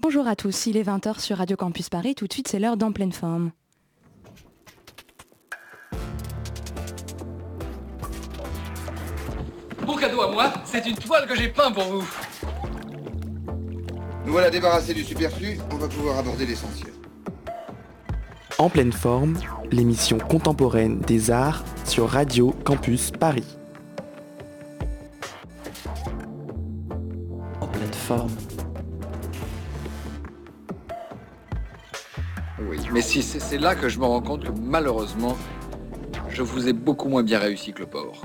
Bonjour à tous, il est 20h sur Radio Campus Paris, tout de suite c'est l'heure d'En pleine forme. Mon cadeau à moi, c'est une toile que j'ai peint pour vous. Nous voilà débarrassés du superflu, on va pouvoir aborder l'essentiel. En pleine forme, l'émission contemporaine des arts sur Radio Campus Paris. En pleine forme. Oui, mais si c'est là que je me rends compte que malheureusement, je vous ai beaucoup moins bien réussi que le porc.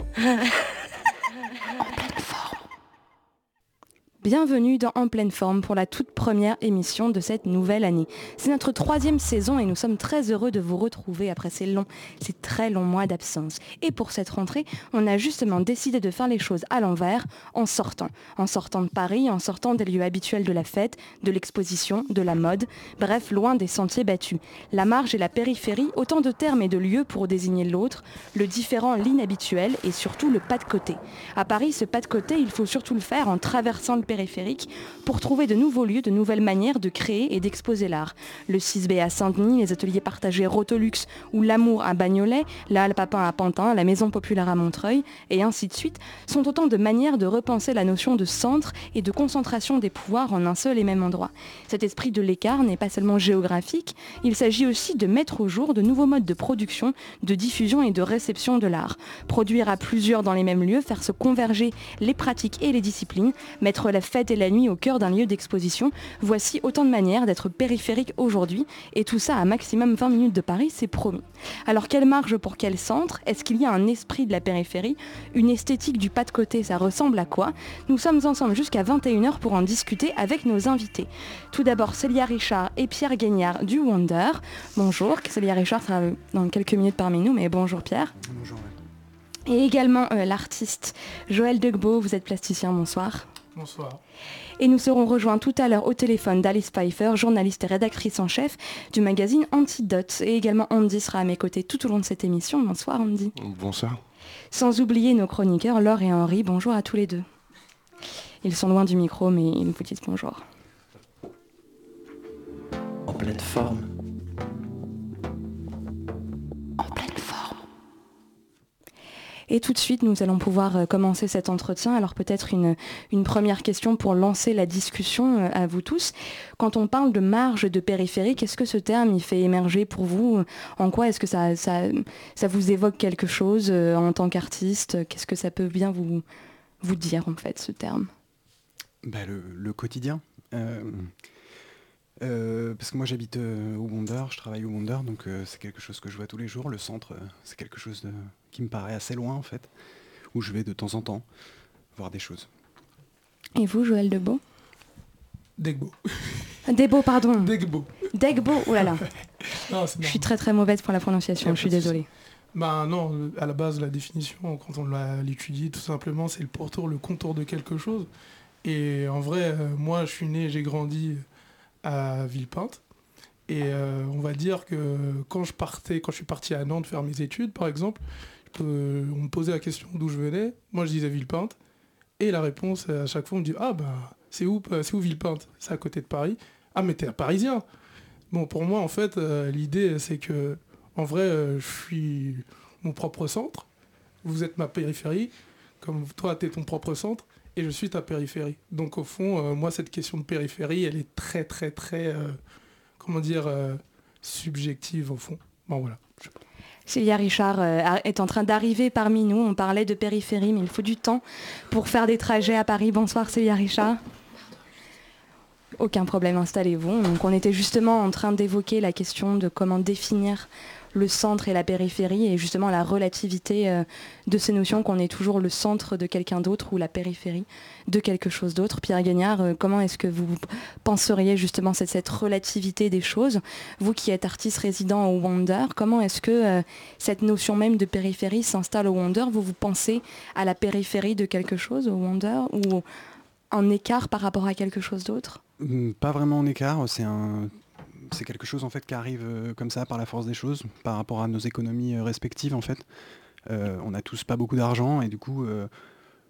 Bienvenue dans En pleine forme pour la toute première émission de cette nouvelle année. C'est notre 3e saison et nous sommes très heureux de vous retrouver après ces très longs mois d'absence. Et pour cette rentrée, on a justement décidé de faire les choses à l'envers en sortant. En sortant de Paris, en sortant des lieux habituels de la fête, de l'exposition, de la mode, bref, loin des sentiers battus. La marge et la périphérie, autant de termes et de lieux pour désigner l'autre, le différent, l'inhabituel et surtout le pas de côté. À Paris, ce pas de côté, il faut surtout le faire en traversant le périphérique pour trouver de nouveaux lieux, de nouvelles manières de créer et d'exposer l'art. Le 6B à Saint-Denis, les ateliers partagés Rotolux ou l'Amour à Bagnolet, la Halle Papin à Pantin, la Maison Populaire à Montreuil et ainsi de suite sont autant de manières de repenser la notion de centre et de concentration des pouvoirs en un seul et même endroit. Cet esprit de l'écart n'est pas seulement géographique, il s'agit aussi de mettre au jour de nouveaux modes de production, de diffusion et de réception de l'art. Produire à plusieurs dans les mêmes lieux, faire se converger les pratiques et les disciplines, mettre la fête et la nuit au cœur d'un lieu d'exposition. Voici autant de manières d'être périphérique aujourd'hui et tout ça à maximum 20 minutes de Paris, c'est promis. Alors quelle marge pour quel centre? Est-ce qu'il y a un esprit de la périphérie? Une esthétique du pas de côté, ça ressemble à quoi? Nous sommes ensemble jusqu'à 21h pour en discuter avec nos invités. Tout d'abord Célia Richard et Pierre Guignard du Wonder. Bonjour, Célia Richard sera dans quelques minutes parmi nous, mais bonjour Pierre. Bonjour. Et également l'artiste Joël Degbeau, vous êtes plasticien, bonsoir. Bonsoir. Et nous serons rejoints tout à l'heure au téléphone d'Alice Pfeiffer, journaliste et rédactrice en chef du magazine Antidote. Et également Andy sera à mes côtés tout au long de cette émission. Bonsoir Andy. Bonsoir. Sans oublier nos chroniqueurs Laure et Henri. Bonjour à tous les deux. Ils sont loin du micro mais ils vous disent bonjour. En pleine forme. En pleine forme. Et tout de suite, nous allons pouvoir commencer cet entretien. Alors peut-être une première question pour lancer la discussion à vous tous. Quand on parle de marge de périphérie, qu'est-ce que ce terme il fait émerger pour vous? En quoi est-ce que ça vous évoque quelque chose en tant qu'artiste? Qu'est-ce que ça peut bien vous dire en fait, ce terme? Le quotidien. Parce que moi j'habite au Wonder, je travaille au Wonder, donc c'est quelque chose que je vois tous les jours. Le centre, c'est quelque chose qui me paraît assez loin en fait, où je vais de temps en temps voir des choses. Et vous, Joël Degbeau? Degbeau. Degbeau, pardon. Degbeau. Degbeau, oh là là. Non, je suis très très mauvaise pour la prononciation, je suis désolée. Non, à la base, la définition, quand on l'a étudiée, tout simplement, c'est le pourtour, le contour de quelque chose. Et en vrai, moi, je suis né, j'ai grandi à Villepinte. Et on va dire que quand je suis parti à Nantes faire mes études, par exemple, on me posait la question d'où je venais. Moi, je disais Villepinte. Et la réponse, à chaque fois, on me dit « Ah, c'est où Villepinte? C'est à côté de Paris. Ah, mais t'es un Parisien !» Bon, pour moi, en fait, l'idée, c'est que, en vrai, je suis mon propre centre. Vous êtes ma périphérie. Comme toi, t'es ton propre centre. Et je suis ta périphérie. Donc, au fond, moi, cette question de périphérie, elle est très, très, très... subjective au fond. Bon voilà. Célia Richard est en train d'arriver parmi nous. On parlait de périphérie, mais il faut du temps pour faire des trajets à Paris. Bonsoir Célia Richard. Aucun problème, installez-vous. Donc on était justement en train d'évoquer la question de comment définir le centre et la périphérie et justement la relativité de ces notions qu'on est toujours le centre de quelqu'un d'autre ou la périphérie de quelque chose d'autre. Pierre Guignard, comment est-ce que vous penseriez justement cette relativité des choses? Vous qui êtes artiste résident au Wonder, comment est-ce que cette notion même de périphérie s'installe au Wonder? Vous pensez à la périphérie de quelque chose au Wonder ou en écart par rapport à quelque chose d'autre? Pas vraiment en écart, c'est quelque chose en fait qui arrive comme ça par la force des choses, par rapport à nos économies respectives en fait. On n'a tous pas beaucoup d'argent et du coup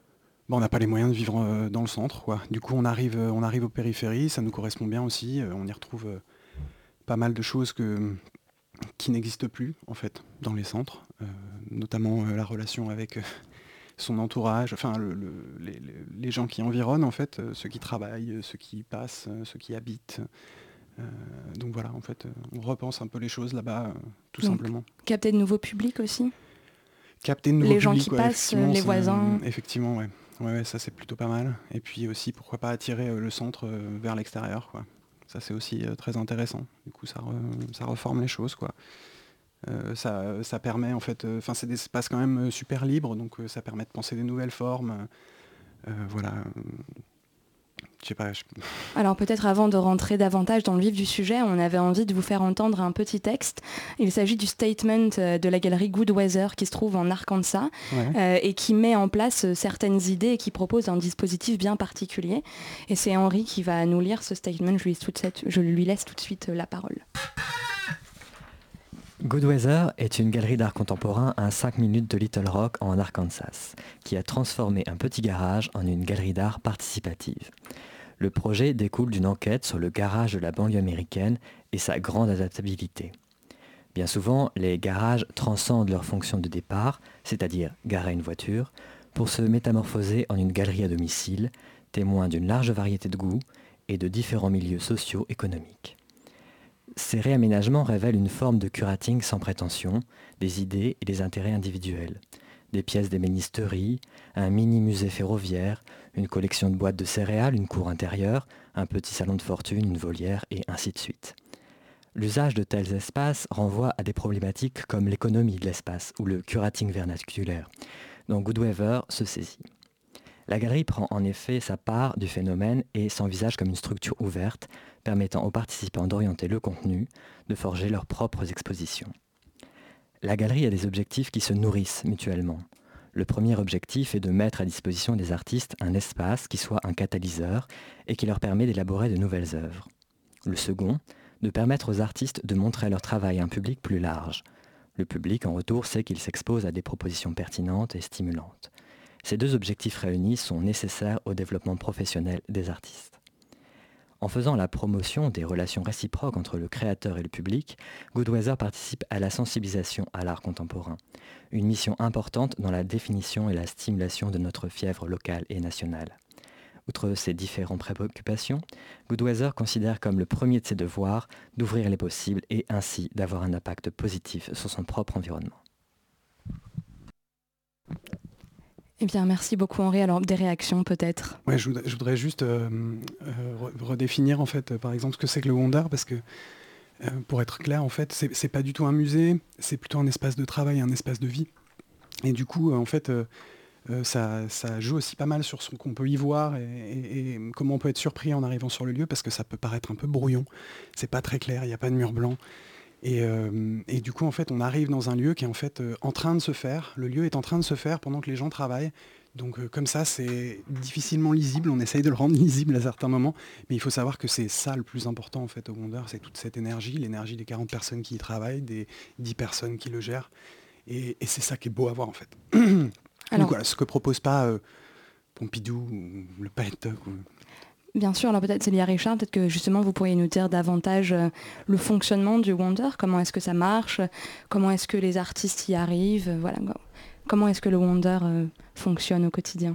on n'a pas les moyens de vivre dans le centre, quoi. Du coup, on arrive aux périphéries, ça nous correspond bien aussi. On y retrouve pas mal de choses qui n'existent plus, en fait, dans les centres. Notamment la relation avec son entourage, enfin, les gens qui environnent, en fait, ceux qui travaillent, ceux qui passent, ceux qui habitent. Donc voilà, en fait, on repense un peu les choses là-bas, tout simplement. Capter de nouveaux publics aussi. Capter de nouveaux publics, les gens qui passent, les voisins. Effectivement, ouais. Ouais, ça c'est plutôt pas mal. Et puis aussi, pourquoi pas attirer le centre vers l'extérieur, quoi. Ça c'est aussi très intéressant. Du coup, ça reforme les choses, quoi. Ça permet en fait, c'est des espaces quand même super libres, donc ça permet de penser des nouvelles formes. Voilà. Je sais pas. Alors peut-être avant de rentrer davantage dans le vif du sujet, on avait envie de vous faire entendre un petit texte. Il s'agit du statement de la galerie Good Weather qui se trouve en Arkansas, et qui met en place certaines idées et qui propose un dispositif bien particulier. Et c'est Henri qui va nous lire ce statement. Je lui laisse tout de suite la parole. Good Weather est une galerie d'art contemporain à 5 minutes de Little Rock en Arkansas, qui a transformé un petit garage en une galerie d'art participative. Le projet découle d'une enquête sur le garage de la banlieue américaine et sa grande adaptabilité. Bien souvent, les garages transcendent leur fonction de départ, c'est-à-dire garer une voiture, pour se métamorphoser en une galerie à domicile, témoin d'une large variété de goûts et de différents milieux socio-économiques. Ces réaménagements révèlent une forme de curating sans prétention, des idées et des intérêts individuels. Des pièces d'ébénisterie, un mini-musée ferroviaire, une collection de boîtes de céréales, une cour intérieure, un petit salon de fortune, une volière, et ainsi de suite. L'usage de tels espaces renvoie à des problématiques comme l'économie de l'espace ou le curating vernaculaire, dont Good Weather se saisit. La galerie prend en effet sa part du phénomène et s'envisage comme une structure ouverte, permettant aux participants d'orienter le contenu, de forger leurs propres expositions. La galerie a des objectifs qui se nourrissent mutuellement. Le premier objectif est de mettre à disposition des artistes un espace qui soit un catalyseur et qui leur permet d'élaborer de nouvelles œuvres. Le second, de permettre aux artistes de montrer leur travail à un public plus large. Le public, en retour, sait qu'il s'expose à des propositions pertinentes et stimulantes. Ces deux objectifs réunis sont nécessaires au développement professionnel des artistes. En faisant la promotion des relations réciproques entre le créateur et le public, Good Weather participe à la sensibilisation à l'art contemporain, une mission importante dans la définition et la stimulation de notre fièvre locale et nationale. Outre ces différentes préoccupations, Good Weather considère comme le premier de ses devoirs d'ouvrir les possibles et ainsi d'avoir un impact positif sur son propre environnement. Eh bien, merci beaucoup Henri. Alors, des réactions peut-être? Ouais, je voudrais juste redéfinir en fait, par exemple, ce que c'est que le Wonder, parce que pour être clair, en fait, c'est pas du tout un musée, c'est plutôt un espace de travail, un espace de vie. Et du coup, en fait, ça joue aussi pas mal sur ce qu'on peut y voir et comment on peut être surpris en arrivant sur le lieu, parce que ça peut paraître un peu brouillon, c'est pas très clair, il n'y a pas de mur blanc. Et du coup, en fait, on arrive dans un lieu qui est en fait en train de se faire. Le lieu est en train de se faire pendant que les gens travaillent. Donc comme ça, c'est difficilement lisible. On essaye de le rendre lisible à certains moments. Mais il faut savoir que c'est ça le plus important en fait au Wonder, c'est toute cette énergie, l'énergie des 40 personnes qui y travaillent, des 10 personnes qui le gèrent. Et c'est ça qui est beau à voir en fait. Donc voilà, ce que propose pas Pompidou ou le PET. Bien sûr, alors peut-être Célia Richard, peut-être que justement vous pourriez nous dire davantage le fonctionnement du Wonder, comment est-ce que ça marche, comment est-ce que les artistes y arrivent, voilà, comment est-ce que le Wonder fonctionne au quotidien?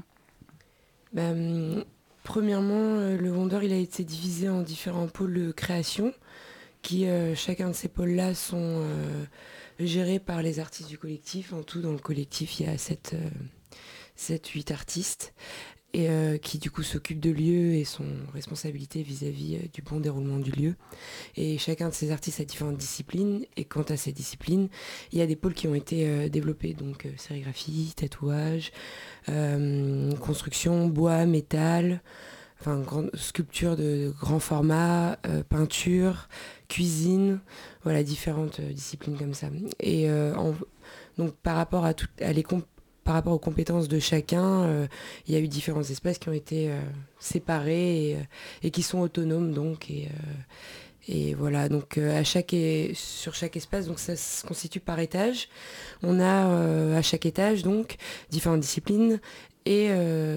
Premièrement, le Wonder il a été divisé en différents pôles de création, qui chacun de ces pôles-là sont gérés par les artistes du collectif. En tout, dans le collectif, il y a 7-8 artistes. Et qui du coup s'occupe de lieu et son responsabilité vis-à-vis du bon déroulement du lieu. Et chacun de ces artistes a différentes disciplines, et quant à ces disciplines, il y a des pôles qui ont été développés, donc sérigraphie, tatouage, construction, bois, métal, sculpture de grand format, peinture, cuisine, voilà, différentes disciplines comme ça. Et donc par rapport par rapport aux compétences de chacun, il y a eu différents espaces qui ont été séparés et qui sont autonomes donc. Et voilà, donc sur chaque espace, donc ça se constitue par étage. On a à chaque étage donc différentes disciplines et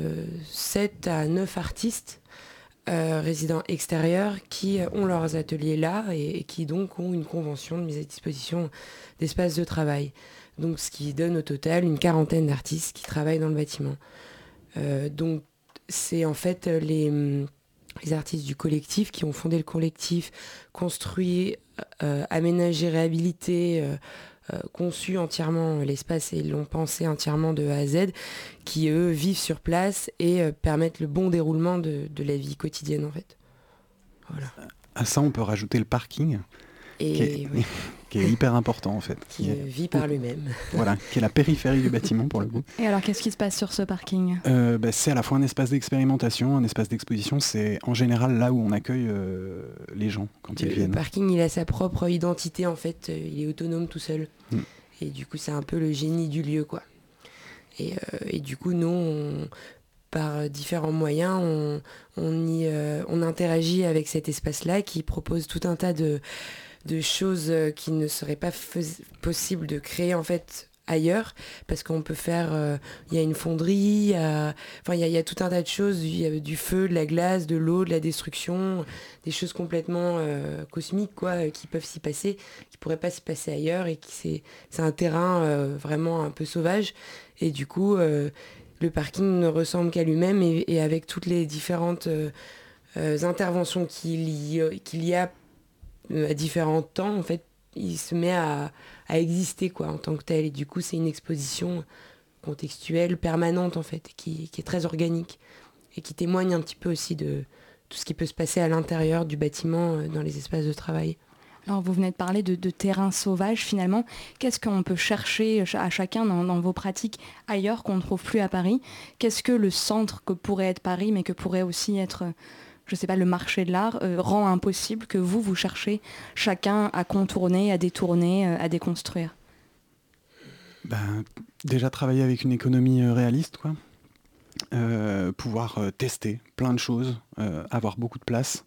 7 à 9 artistes résidents extérieurs qui ont leurs ateliers là et qui donc ont une convention de mise à disposition d'espaces de travail. Donc ce qui donne au total une 40aine d'artistes qui travaillent dans le bâtiment. Donc c'est en fait les artistes du collectif qui ont fondé le collectif, construit, aménagé, réhabilité, conçu entièrement l'espace et l'ont pensé entièrement de A à Z, qui eux vivent sur place et permettent le bon déroulement de la vie quotidienne en fait. Voilà. À ça on peut rajouter le parking. Et qui est hyper important en fait. Qui vit par lui-même. Voilà, qui est la périphérie du bâtiment pour le coup. Et alors qu'est-ce qui se passe sur ce parking ? C'est à la fois un espace d'expérimentation, un espace d'exposition, c'est en général là où on accueille les gens quand ils viennent. Le parking il a sa propre identité en fait, il est autonome tout seul. Et du coup c'est un peu le génie du lieu quoi. Et du coup nous par différents moyens on interagit avec cet espace-là qui propose tout un tas de choses qui ne seraient pas possibles de créer en fait ailleurs, parce qu'on peut faire, il y a une fonderie, il y a tout un tas de choses, il y a du feu, de la glace, de l'eau, de la destruction, des choses complètement cosmiques quoi, qui peuvent s'y passer, qui pourraient pas s'y passer ailleurs, et c'est un terrain vraiment un peu sauvage, et du coup le parking ne ressemble qu'à lui-même, et avec toutes les différentes interventions qu'il y a à différents temps, en fait, il se met à exister quoi, en tant que tel. Et du coup, c'est une exposition contextuelle, permanente, en fait, qui est très organique et qui témoigne un petit peu aussi de tout ce qui peut se passer à l'intérieur du bâtiment, dans les espaces de travail. Alors, vous venez de parler de terrain sauvage, finalement. Qu'est-ce qu'on peut chercher à chacun dans vos pratiques ailleurs qu'on ne trouve plus à Paris ? Qu'est-ce que le centre que pourrait être Paris, mais que pourrait aussi être... je sais pas, le marché de l'art rend impossible, que vous cherchez chacun à contourner, à détourner, à déconstruire ? Déjà travailler avec une économie réaliste, quoi. Pouvoir tester plein de choses, avoir beaucoup de place,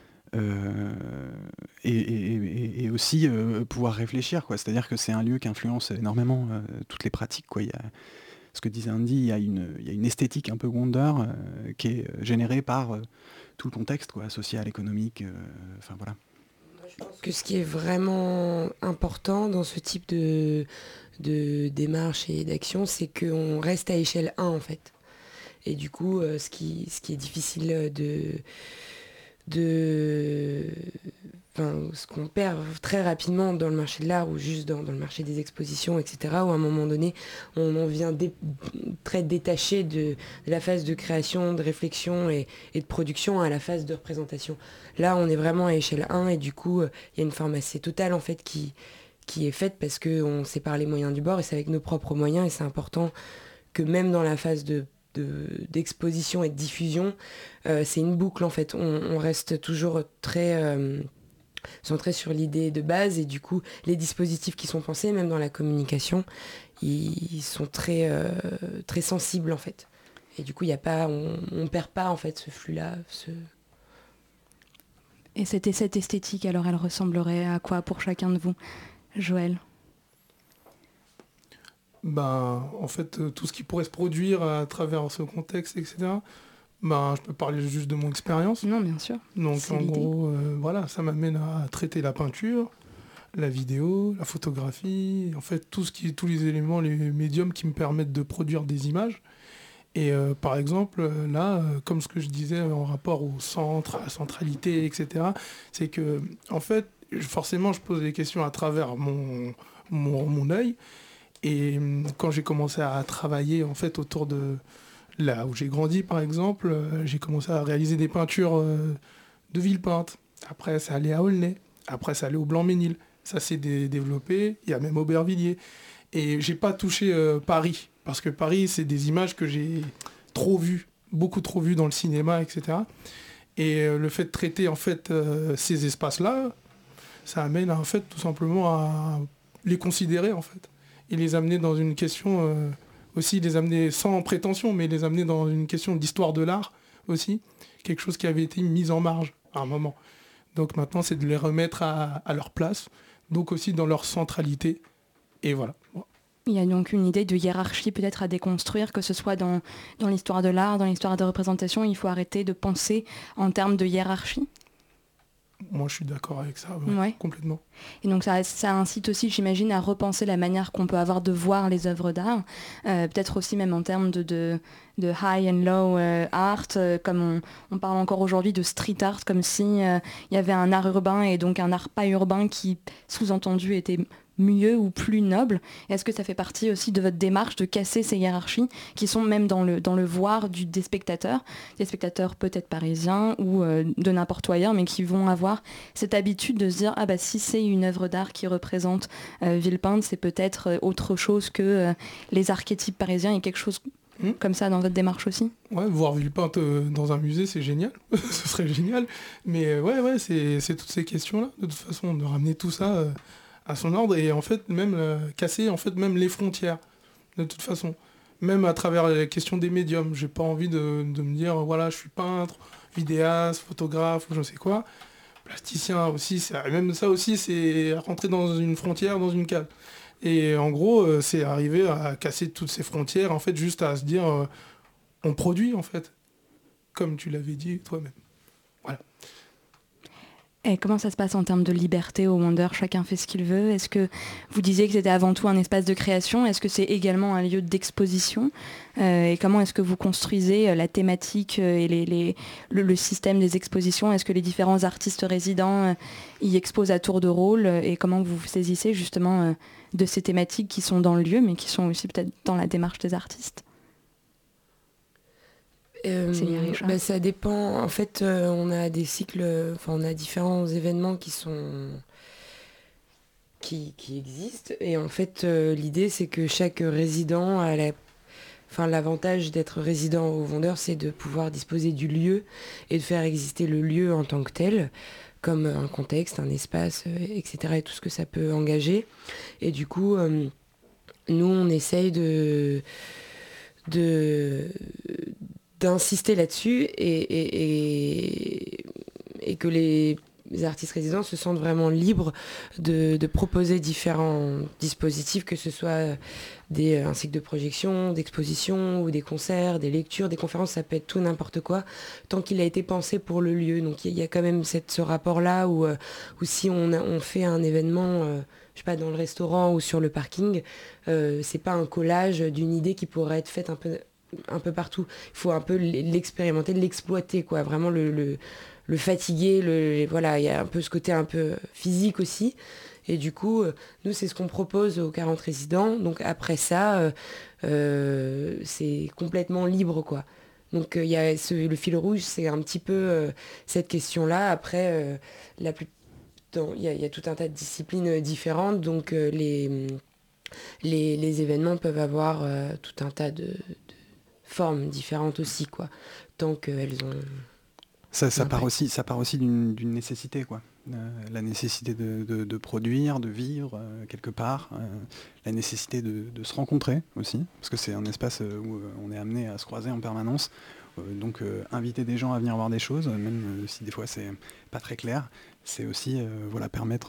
et aussi pouvoir réfléchir, quoi. C'est-à-dire que c'est un lieu qui influence énormément toutes les pratiques, quoi. Il y a, ce que disait Andy, il y a une esthétique un peu Wonder qui est générée par tout le contexte quoi, social, économique, voilà. Je pense que ce qui est vraiment important dans ce type de démarche et d'action, c'est qu'on reste à échelle 1 en fait. Et du coup, ce qui est difficile ce qu'on perd très rapidement dans le marché de l'art ou juste dans le marché des expositions, etc., où à un moment donné, on en vient très détaché de la phase de création, de réflexion et de production à la phase de représentation. Là, on est vraiment à échelle 1 et du coup, il y a une forme assez totale en fait qui est faite parce qu'on sépare les moyens du bord et c'est avec nos propres moyens et c'est important que même dans la phase d'exposition et de diffusion, c'est une boucle en fait. On reste toujours très centré sur l'idée de base et du coup les dispositifs qui sont pensés, même dans la communication, ils sont très sensibles en fait. Et du coup on perd pas en fait ce flux-là. Et cette esthétique, alors elle ressemblerait à quoi pour chacun de vous, Joël ? En fait, tout ce qui pourrait se produire à travers ce contexte, etc., je peux parler juste de mon expérience. Non, bien sûr. Donc, en gros, ça m'amène à traiter la peinture, la vidéo, la photographie, en fait, tous les éléments, les médiums qui me permettent de produire des images. Et par exemple, là, comme ce que je disais en rapport au centre, à la centralité, etc., c'est que, en fait, forcément, je pose des questions à travers mon œil. Et quand j'ai commencé à travailler en fait autour de là où j'ai grandi par exemple, j'ai commencé à réaliser des peintures de Villepinte. Après ça allait à Aulnay, après ça allait au Blanc-Ménil. Ça s'est développé, il y a même Aubervilliers. Et j'ai pas touché Paris, parce que Paris c'est des images que j'ai beaucoup trop vues dans le cinéma, etc. Et le fait de traiter en fait ces espaces-là, ça amène en fait tout simplement à les considérer en fait. Et les amener dans une question aussi, les amener sans prétention, mais les amener dans une question d'histoire de l'art aussi, quelque chose qui avait été mis en marge à un moment. Donc maintenant, c'est de les remettre à leur place, donc aussi dans leur centralité. Et voilà. Il y a donc une idée de hiérarchie peut-être à déconstruire, que ce soit dans l'histoire de l'art, dans l'histoire de représentation, il faut arrêter de penser en termes de hiérarchie. Moi, je suis d'accord avec ça, complètement. Et donc ça incite aussi, j'imagine, à repenser la manière qu'on peut avoir de voir les œuvres d'art, peut-être aussi même en termes de high and low art, comme on parle encore aujourd'hui de street art, comme si il y avait un art urbain et donc un art pas urbain qui, sous-entendu, était mieux ou plus noble. Est-ce que ça fait partie aussi de votre démarche de casser ces hiérarchies qui sont même dans le voir des spectateurs peut-être parisiens ou de n'importe où ailleurs, mais qui vont avoir cette habitude de se dire ah bah si c'est une œuvre d'art qui représente Villepinte, c'est peut-être autre chose que les archétypes parisiens, et quelque chose comme ça dans votre démarche aussi? Ouais, voir Villepinte dans un musée, c'est génial. Ce serait génial. Mais c'est toutes ces questions-là, de toute façon, de ramener tout ça à son ordre, et en fait même casser en fait même les frontières, de toute façon. Même à travers la question des médiums. J'ai pas envie de me dire voilà, je suis peintre, vidéaste, photographe ou je sais quoi. Plasticien aussi, même ça aussi, c'est rentrer dans une frontière, dans une case. Et en gros, c'est arriver à casser toutes ces frontières, en fait, juste à se dire on produit, en fait, comme tu l'avais dit toi-même. Voilà. Et comment ça se passe en termes de liberté au Wonder? Chacun fait ce qu'il veut. Est-ce que vous disiez que c'était avant tout un espace de création? Est-ce que c'est également un lieu d'exposition? Et comment est-ce que vous construisez la thématique et le système des expositions? Est-ce que les différents artistes résidents y exposent à tour de rôle? Et comment vous vous saisissez justement de ces thématiques qui sont dans le lieu, mais qui sont aussi peut-être dans la démarche des artistes? Ça dépend. En fait, on a des cycles, on a différents événements qui existent. Et en fait, l'idée, c'est que chaque résident a l'avantage d'être résident au Vendeur, c'est de pouvoir disposer du lieu et de faire exister le lieu en tant que tel, comme un contexte, un espace, etc. et tout ce que ça peut engager. Et du coup, nous, on essaye d'insister là-dessus et que les artistes résidents se sentent vraiment libres de proposer différents dispositifs, que ce soit un cycle de projection, d'exposition ou des concerts, des lectures, des conférences, ça peut être tout n'importe quoi, tant qu'il a été pensé pour le lieu. Donc il y a quand même ce rapport-là où si on fait un événement je sais pas, dans le restaurant ou sur le parking, c'est pas un collage d'une idée qui pourrait être faite un peu partout. Il faut un peu l'expérimenter, l'exploiter, quoi. Vraiment le fatiguer, voilà, il y a un peu ce côté un peu physique aussi. Et du coup, nous, c'est ce qu'on propose aux 40 résidents. Donc après ça, c'est complètement libre, quoi. Donc il y a le fil rouge, c'est un petit peu cette question-là. Après, il y a tout un tas de disciplines différentes. Donc les événements peuvent avoir tout un tas de formes différentes aussi, quoi, tant qu'elles ont... Ça part aussi d'une nécessité, quoi. La nécessité de produire, de vivre quelque part, la nécessité de se rencontrer aussi, parce que c'est un espace où on est amené à se croiser en permanence. Donc inviter des gens à venir voir des choses, même si des fois c'est pas très clair, c'est aussi permettre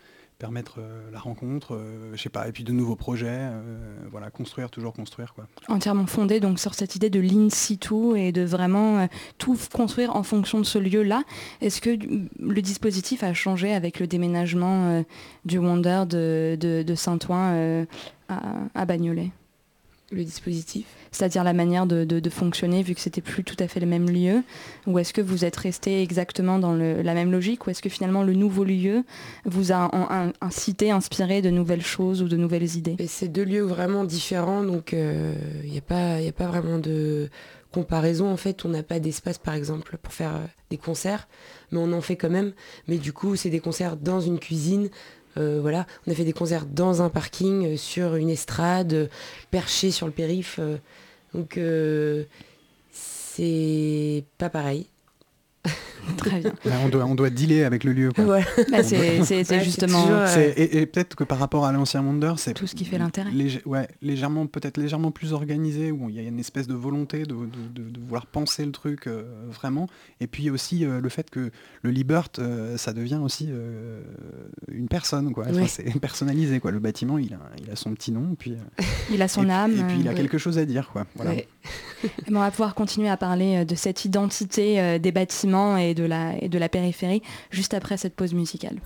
la rencontre, je sais pas, et puis de nouveaux projets, toujours construire, quoi. Entièrement fondé donc sur cette idée de l'in situ et de vraiment tout construire en fonction de ce lieu-là. Est-ce que le dispositif a changé avec le déménagement du Wonder de Saint-Ouen à Bagnolet? Le dispositif, c'est-à-dire la manière de fonctionner, vu que c'était plus tout à fait le même lieu, ou est-ce que vous êtes resté exactement dans la même logique, ou est-ce que finalement le nouveau lieu vous a incité, inspiré de nouvelles choses ou de nouvelles idées? Et c'est deux lieux vraiment différents, donc il n'y a pas vraiment de comparaison. En fait, on n'a pas d'espace, par exemple, pour faire des concerts, mais on en fait quand même. Mais du coup, c'est des concerts dans une cuisine. On a fait des concerts dans un parking, sur une estrade, perché sur le périph'. Donc c'est pas pareil. Très bien. Là, on doit dealer avec le lieu. Quoi. Ouais. Bah, c'est justement toujours, Et peut-être que par rapport à l'ancien Wonder, c'est tout ce qui fait l'intérêt. Légèrement plus organisé, où il y a une espèce de volonté de vouloir penser le truc vraiment. Et puis aussi le fait que le Liebert, ça devient aussi une personne, quoi. Enfin, c'est personnalisé, quoi. Le bâtiment, il a son petit nom, puis il a son âme. Et puis il a quelque chose à dire, quoi. Voilà. Ouais. On va pouvoir continuer à parler de cette identité des bâtiments et de la périphérie juste après cette pause musicale.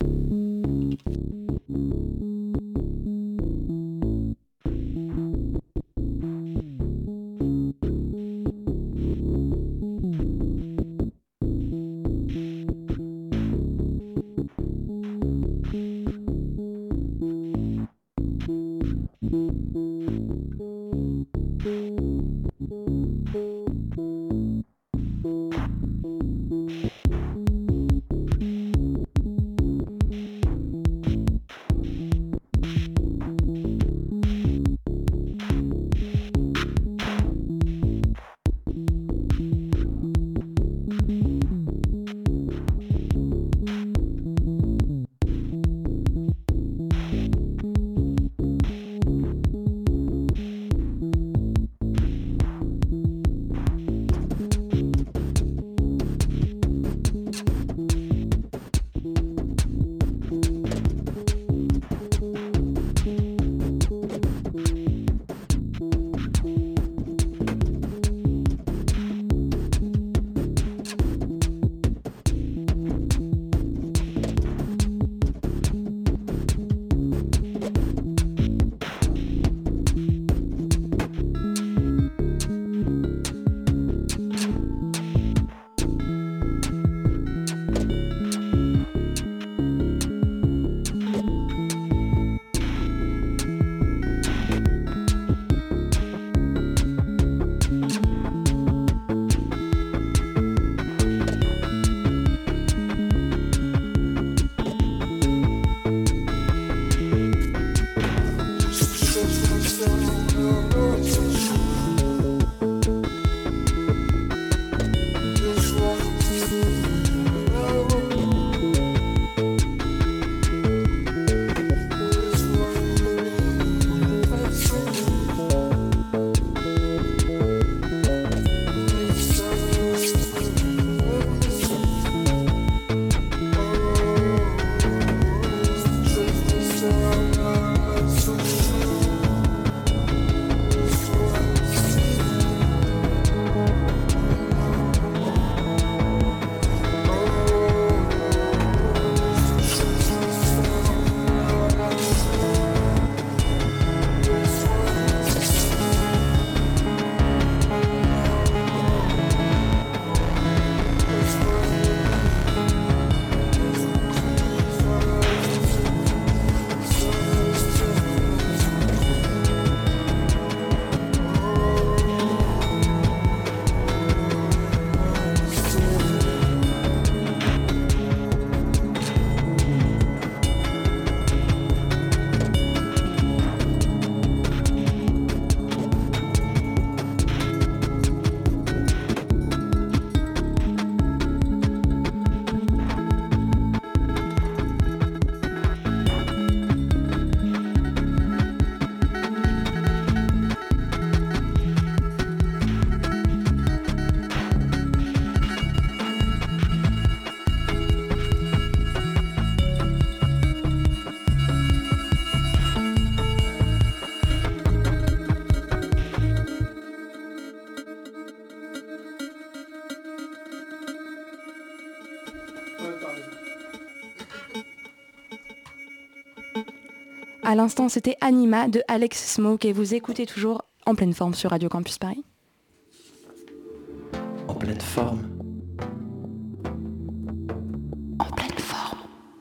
À l'instant, c'était Anima de Alex Smoke et vous écoutez toujours En pleine forme sur Radio Campus Paris. En pleine forme. En pleine forme.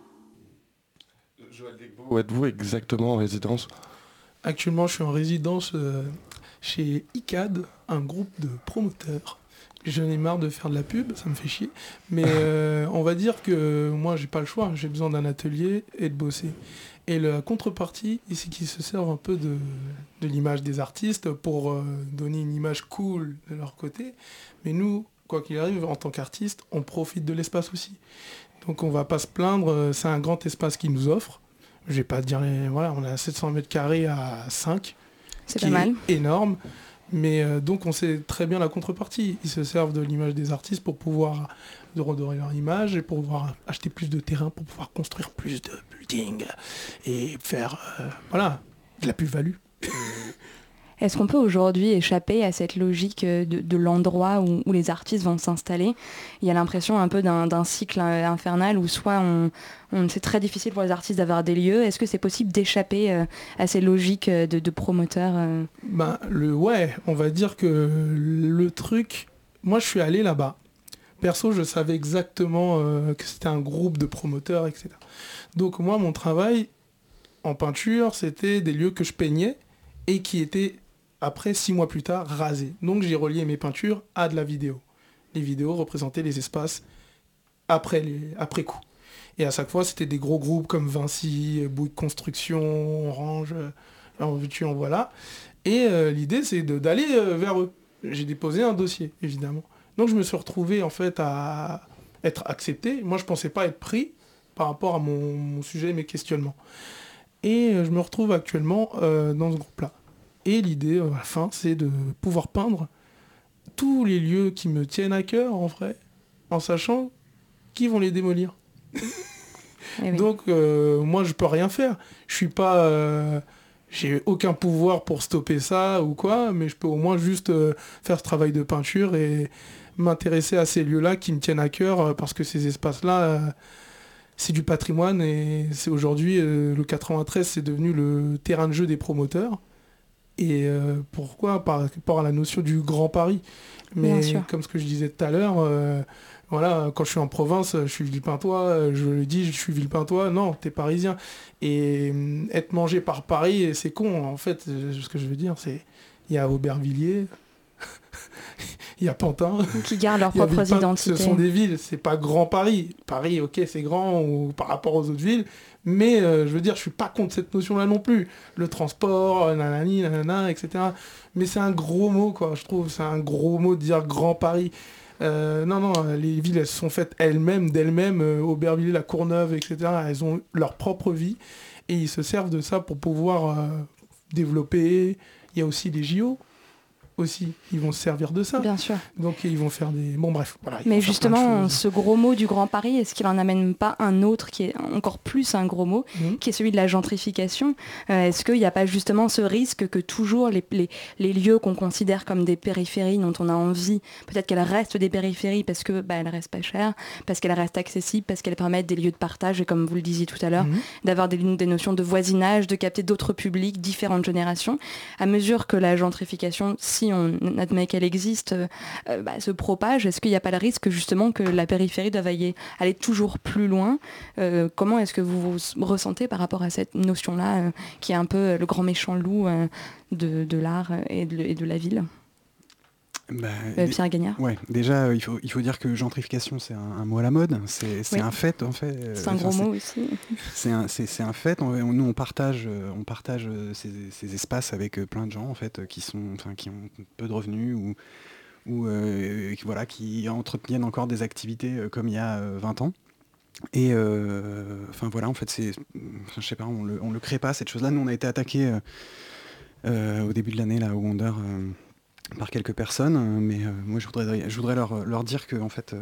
Joël Degbeau, où êtes-vous exactement en résidence ? Actuellement, je suis en résidence chez ICAD, un groupe de promoteurs. J'en ai marre de faire de la pub, ça me fait chier. Mais on va dire que moi, j'ai pas le choix. J'ai besoin d'un atelier et de bosser. Et la contrepartie, c'est qu'ils se servent un peu de l'image des artistes pour donner une image cool de leur côté. Mais nous, quoi qu'il arrive, en tant qu'artiste, on profite de l'espace aussi. Donc on va pas se plaindre, c'est un grand espace qu'il nous offre. Je vais pas dire, voilà, on a 700 mètres carrés à 5. C'est pas mal. Énorme. Mais donc on sait très bien la contrepartie. Ils se servent de l'image des artistes pour pouvoir redorer leur image et pour pouvoir acheter plus de terrain, pour pouvoir construire plus de buildings et faire de la plus-value. Est-ce qu'on peut aujourd'hui échapper à cette logique de l'endroit où les artistes vont s'installer ? Il y a l'impression un peu d'un cycle infernal où soit c'est très difficile pour les artistes d'avoir des lieux. Est-ce que c'est possible d'échapper à ces logiques de promoteurs on va dire que le truc... Moi, je suis allé là-bas. Perso, je savais exactement que c'était un groupe de promoteurs, etc. Donc moi, mon travail en peinture, c'était des lieux que je peignais et qui étaient... après 6 mois plus tard, rasé. Donc j'ai relié mes peintures à de la vidéo. Les vidéos représentaient les espaces après coup. Et à chaque fois, c'était des gros groupes comme Vinci, Bouygues Construction, Orange, en veux-tu, en voilà. Et l'idée, c'est d'aller vers eux. J'ai déposé un dossier, évidemment. Donc je me suis retrouvé en fait à être accepté. Moi, je pensais pas être pris par rapport à mon sujet et mes questionnements. Et je me retrouve actuellement dans ce groupe-là. Et l'idée, à la fin, c'est de pouvoir peindre tous les lieux qui me tiennent à cœur, en vrai, en sachant qui vont les démolir. Oui. Donc, moi, je peux rien faire. Je suis pas... j'ai aucun pouvoir pour stopper ça ou quoi, mais je peux au moins juste faire ce travail de peinture et m'intéresser à ces lieux-là qui me tiennent à cœur, parce que ces espaces-là... c'est du patrimoine, et c'est aujourd'hui, le 93, c'est devenu le terrain de jeu des promoteurs. Et pourquoi ? Par rapport à la notion du Grand Paris. Mais comme ce que je disais tout à l'heure, quand je suis en province, je suis villepintois, je le dis, je suis villepintois, non, t'es parisien. Et être mangé par Paris, c'est con, en fait, ce que je veux dire, c'est, il y a Aubervilliers, il y a Pantin. Qui gardent leurs propres identités. Ce sont des villes, c'est pas Grand Paris. Paris, ok, c'est grand par rapport aux autres villes, mais je veux dire, je suis pas contre cette notion-là non plus. Le transport, nanani, nanana, etc. Mais c'est un gros mot, quoi, je trouve. C'est un gros mot de dire Grand Paris. Non, les villes, elles se sont faites d'elles-mêmes. Aubervilliers, la Courneuve, etc. Elles ont leur propre vie. Et ils se servent de ça pour pouvoir développer. Il y a aussi les JO. Aussi, ils vont se servir de ça. Bien sûr. Donc ils vont faire des... Bon bref, voilà. Mais justement, ce gros mot du Grand Paris, est-ce qu'il en amène pas un autre qui est encore plus un gros mot, qui est celui de la gentrification ? Est-ce qu'il n'y a pas justement ce risque que toujours les lieux qu'on considère comme des périphéries dont on a envie, peut-être qu'elles restent des périphéries parce que elles restent pas chères, parce qu'elles restent accessibles, parce qu'elles permettent des lieux de partage, et comme vous le disiez tout à l'heure, d'avoir des notions de voisinage, de capter d'autres publics, différentes générations, à mesure que la gentrification, si on admet qu'elle existe, se propage, est-ce qu'il n'y a pas le risque justement que la périphérie doive aller toujours plus loin ? Comment est-ce que vous vous ressentez par rapport à cette notion-là, qui est un peu le grand méchant loup de l'art et de la ville ? Pierre Gagnard. Ouais, déjà il faut dire que gentrification, c'est un mot à la mode, c'est un fait en fait. C'est un gros mot aussi. C'est un fait. Nous on partage ces espaces avec plein de gens en fait qui ont peu de revenus ou qui entretiennent encore des activités comme il y a 20 ans. Et en fait je sais pas, on le crée pas cette chose-là. Nous on a été attaqué au début de l'année là au Wonder. Par quelques personnes, mais moi je voudrais leur dire que en fait,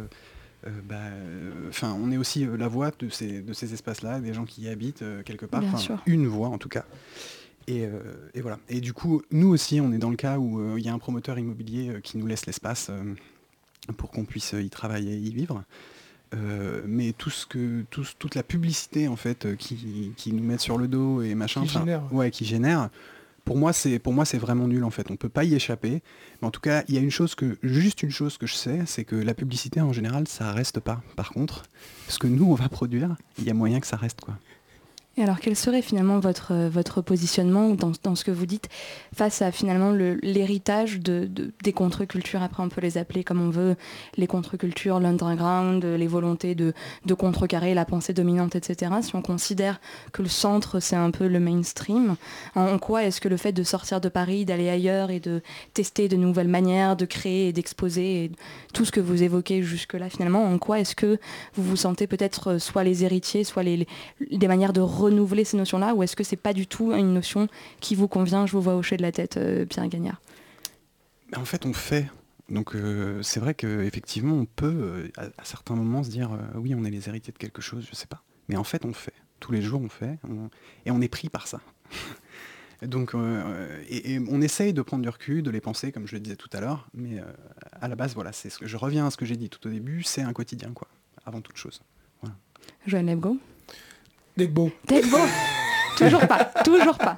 on est aussi la voix de ces espaces-là, des gens qui y habitent quelque part, une voix en tout cas. Et voilà. Et du coup, nous aussi, on est dans le cas où il y a un promoteur immobilier qui nous laisse l'espace pour qu'on puisse y travailler et y vivre. Mais toute la publicité en fait qui nous met sur le dos et machin, qui génère. Pour moi, c'est vraiment nul en fait. On peut pas y échapper. Mais en tout cas, il y a juste une chose que je sais, c'est que la publicité en général, ça reste pas. Par contre, ce que nous on va produire, il y a moyen que ça reste quoi. Et alors quel serait finalement votre positionnement dans ce que vous dites face à finalement l'héritage des contre-cultures, après on peut les appeler comme on veut, les contre-cultures, l'underground, les volontés de contrecarrer la pensée dominante, etc. Si on considère que le centre c'est un peu le mainstream, en quoi est-ce que le fait de sortir de Paris, d'aller ailleurs et de tester de nouvelles manières de créer et d'exposer et tout ce que vous évoquez jusque-là finalement, en quoi est-ce que vous vous sentez peut-être soit les héritiers, soit des manières de renouveler ces notions-là, ou est-ce que c'est pas du tout une notion qui vous convient? Je vous vois hocher de la tête, Pierre Gagnard. En fait, on fait. Donc c'est vrai qu'effectivement, on peut à certains moments se dire oui, on est les héritiers de quelque chose, je sais pas. Mais en fait, on fait. Tous les jours, on fait. Et on est pris par ça. Donc, et on essaye de prendre du recul, de les penser, comme je le disais tout à l'heure. Mais à la base, voilà, je reviens à ce que j'ai dit tout au début, c'est un quotidien, quoi, avant toute chose. Voilà. Joël Lebgo. Degbo. Toujours pas.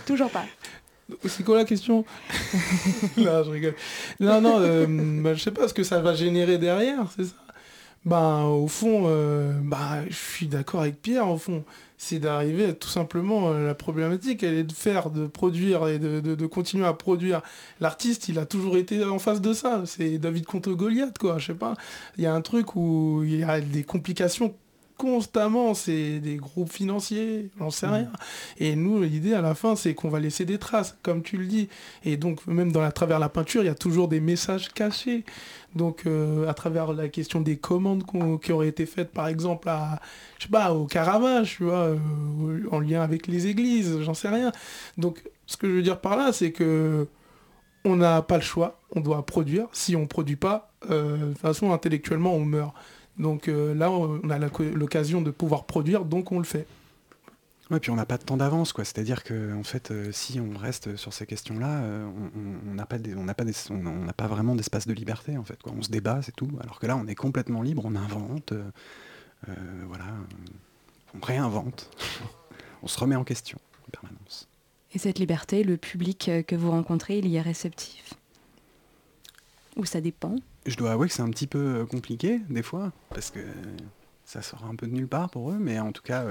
C'est quoi la question? Là, je rigole. Non, je sais pas ce que ça va générer derrière, c'est ça. Au fond, je suis d'accord avec Pierre, au fond. C'est d'arriver à tout simplement, la problématique, elle est de produire et de continuer à produire. L'artiste, il a toujours été en face de ça. C'est David contre Goliath, quoi, je sais pas. Il y a un truc où il y a des complications constamment, c'est des groupes financiers, j'en sais rien. Et nous, l'idée à la fin, c'est qu'on va laisser des traces, comme tu le dis. Et donc, même à travers la peinture, il y a toujours des messages cachés. Donc, à travers la question des commandes qui auraient été faites, par exemple, au Caravage, tu vois, en lien avec les églises, j'en sais rien. Donc, ce que je veux dire par là, c'est que on n'a pas le choix, on doit produire. Si on ne produit pas, de toute façon, intellectuellement, on meurt. Donc là, on a l'occasion de pouvoir produire, donc on le fait. Ouais, puis on n'a pas de temps d'avance, quoi. C'est-à-dire que en fait, si on reste sur ces questions-là, on n'a pas vraiment d'espace de liberté, en fait, quoi. On se débat, c'est tout. Alors que là, on est complètement libre, on invente, voilà, on réinvente, on se remet en question en permanence. Et cette liberté, le public que vous rencontrez, il y est réceptif? Ou ça dépend? Je dois avouer que c'est un petit peu compliqué, des fois, parce que ça sort un peu de nulle part pour eux, mais en tout cas,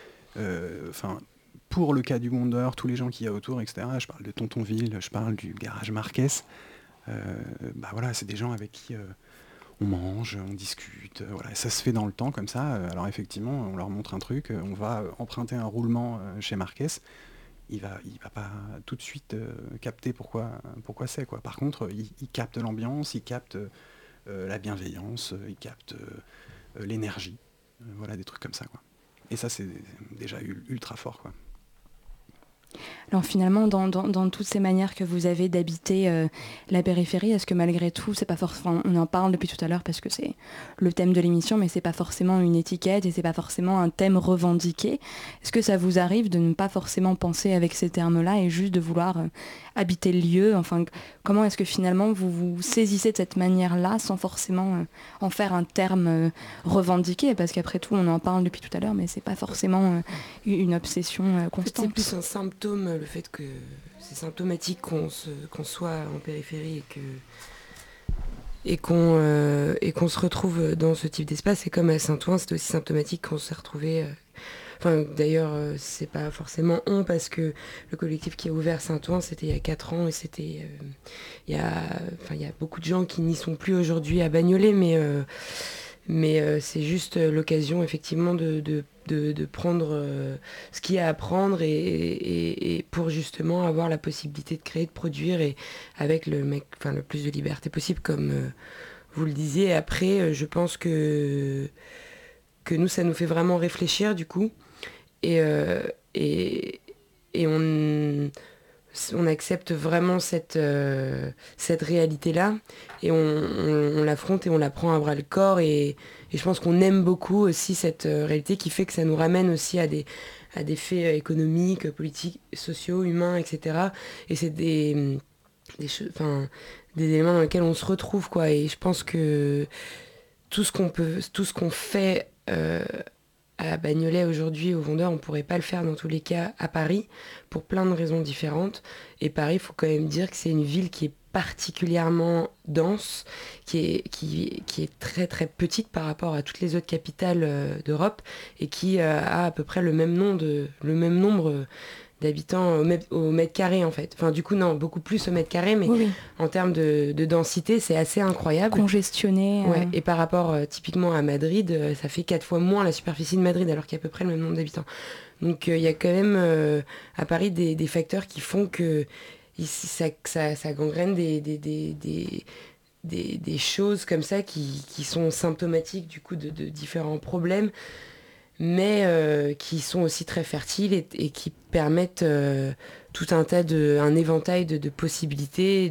pour le cas du Wonder, tous les gens qu'il y a autour, etc., je parle de Tontonville, je parle du garage Marquès, voilà, c'est des gens avec qui on mange, on discute, voilà, ça se fait dans le temps comme ça. Alors effectivement, on leur montre un truc, on va emprunter un roulement chez Marquès, il va pas tout de suite capter pourquoi c'est, quoi. Par contre, il capte l'ambiance, il capte la bienveillance, il capte l'énergie, voilà, des trucs comme ça, quoi. Et ça, c'est déjà ultra fort, quoi. Alors finalement, dans toutes ces manières que vous avez d'habiter la périphérie, est-ce que malgré tout, c'est pas forcément, on en parle depuis tout à l'heure parce que c'est le thème de l'émission, mais c'est pas forcément une étiquette et c'est pas forcément un thème revendiqué. Est-ce que ça vous arrive de ne pas forcément penser avec ces termes-là et juste de vouloir habiter le lieu? Enfin, comment est-ce que finalement vous vous saisissez de cette manière-là sans forcément en faire un terme revendiqué? Parce qu'après tout, on en parle depuis tout à l'heure, mais c'est pas forcément une obsession constante. C'est plus un symptôme, le fait que c'est symptomatique qu'on soit en périphérie et qu'on se retrouve dans ce type d'espace. C'est comme à Saint-Ouen, c'est aussi symptomatique qu'on s'est retrouvé. D'ailleurs, c'est pas forcément parce que le collectif qui a ouvert Saint-Ouen, c'était il y a 4 ans et c'était il y a beaucoup de gens qui n'y sont plus aujourd'hui à Bagnolet, mais c'est juste l'occasion effectivement de prendre ce qu'il y a à prendre et pour justement avoir la possibilité de créer, de produire et avec le plus de liberté possible, comme vous le disiez. Après, je pense que nous, ça nous fait vraiment réfléchir du coup et on accepte vraiment cette réalité-là et on l'affronte et on la prend à bras le corps et je pense qu'on aime beaucoup aussi cette réalité qui fait que ça nous ramène aussi à des faits économiques, politiques, sociaux, humains, etc. Et c'est des éléments dans lesquels on se retrouve, quoi. Et je pense que tout ce qu'on fait à Bagnolet aujourd'hui, au Vendeur, on ne pourrait pas le faire dans tous les cas à Paris, pour plein de raisons différentes. Et Paris, il faut quand même dire que c'est une ville qui est particulièrement dense, qui est très très petite par rapport à toutes les autres capitales d'Europe et qui a à peu près le même nombre d'habitants au mètre carré en fait. Enfin du coup non, beaucoup plus au mètre carré, mais oui. En termes de densité, c'est assez incroyable. Congestionné. Ouais. Et par rapport typiquement à Madrid, ça fait 4 fois moins la superficie de Madrid alors qu'il y a à peu près le même nombre d'habitants. Donc il y a quand même à Paris des facteurs qui font que ici, ça gangrène des choses comme ça qui sont symptomatiques du coup de différents problèmes, mais qui sont aussi très fertiles et qui permettent tout un éventail de possibilités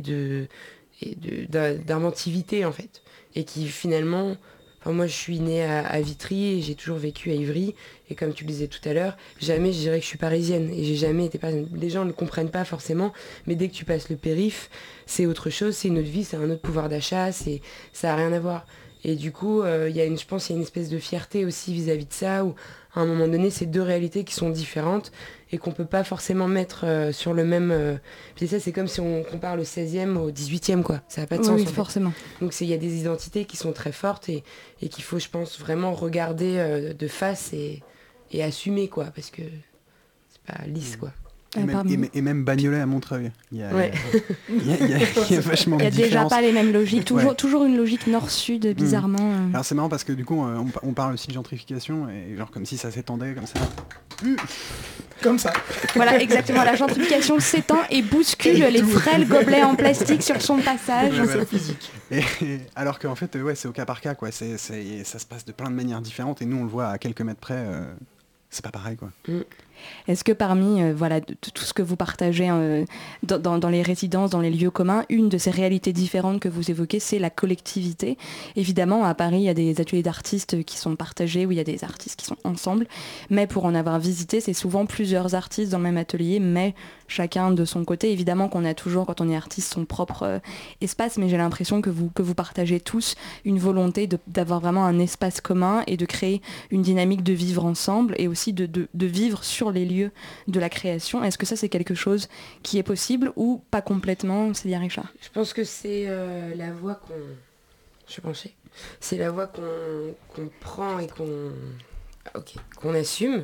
d'inventivité en fait. Et qui finalement... Moi, je suis née à Vitry et j'ai toujours vécu à Ivry. Et comme tu le disais tout à l'heure, jamais je dirais que je suis parisienne. Et j'ai jamais été parisienne. Les gens ne le comprennent pas forcément, mais dès que tu passes le périph', c'est autre chose, c'est une autre vie, c'est un autre pouvoir d'achat, ça n'a rien à voir. Et du coup, je pense qu'il y a une espèce de fierté aussi vis-à-vis de ça, où à un moment donné, c'est deux réalités qui sont différentes et qu'on ne peut pas forcément mettre sur le même... Puis ça, c'est comme si on compare le 16e au 18e, quoi. Ça n'a pas de sens, Oui, forcément. Donc il y a des identités qui sont très fortes et qu'il faut, je pense, vraiment regarder de face et assumer, quoi, parce que c'est pas lisse, quoi. Et même Bagnolet à Montreuil. Il y a vachement de différences. Il y a déjà pas les mêmes logiques. Toujours une logique nord-sud, bizarrement. Alors c'est marrant parce que du coup, on parle aussi de gentrification, et genre comme si ça s'étendait comme ça. Comme ça. Voilà, exactement. La gentrification s'étend et bouscule les frêles gobelets en plastique sur son passage. C'est physique. Alors qu'en fait, c'est au cas par cas, quoi. Ça se passe de plein de manières différentes, et nous, on le voit à quelques mètres près. C'est pas pareil, quoi. Est-ce que parmi tout ce que vous partagez dans les résidences, dans les lieux communs, une de ces réalités différentes que vous évoquez, c'est la collectivité. Évidemment, à Paris, il y a des ateliers d'artistes qui sont partagés, où il y a des artistes qui sont ensemble. Mais pour en avoir visité, c'est souvent plusieurs artistes dans le même atelier, mais chacun de son côté. Évidemment qu'on a toujours, quand on est artiste, son propre espace, mais j'ai l'impression que vous partagez tous une volonté d'avoir vraiment un espace commun et de créer une dynamique de vivre ensemble et aussi de vivre sur les lieux de la création. Est-ce que ça, c'est quelque chose qui est possible ou pas complètement, Célia Richard? Je pense que c'est la voie qu'on... Je suis penchée. C'est la voie qu'on prend et qu'on assume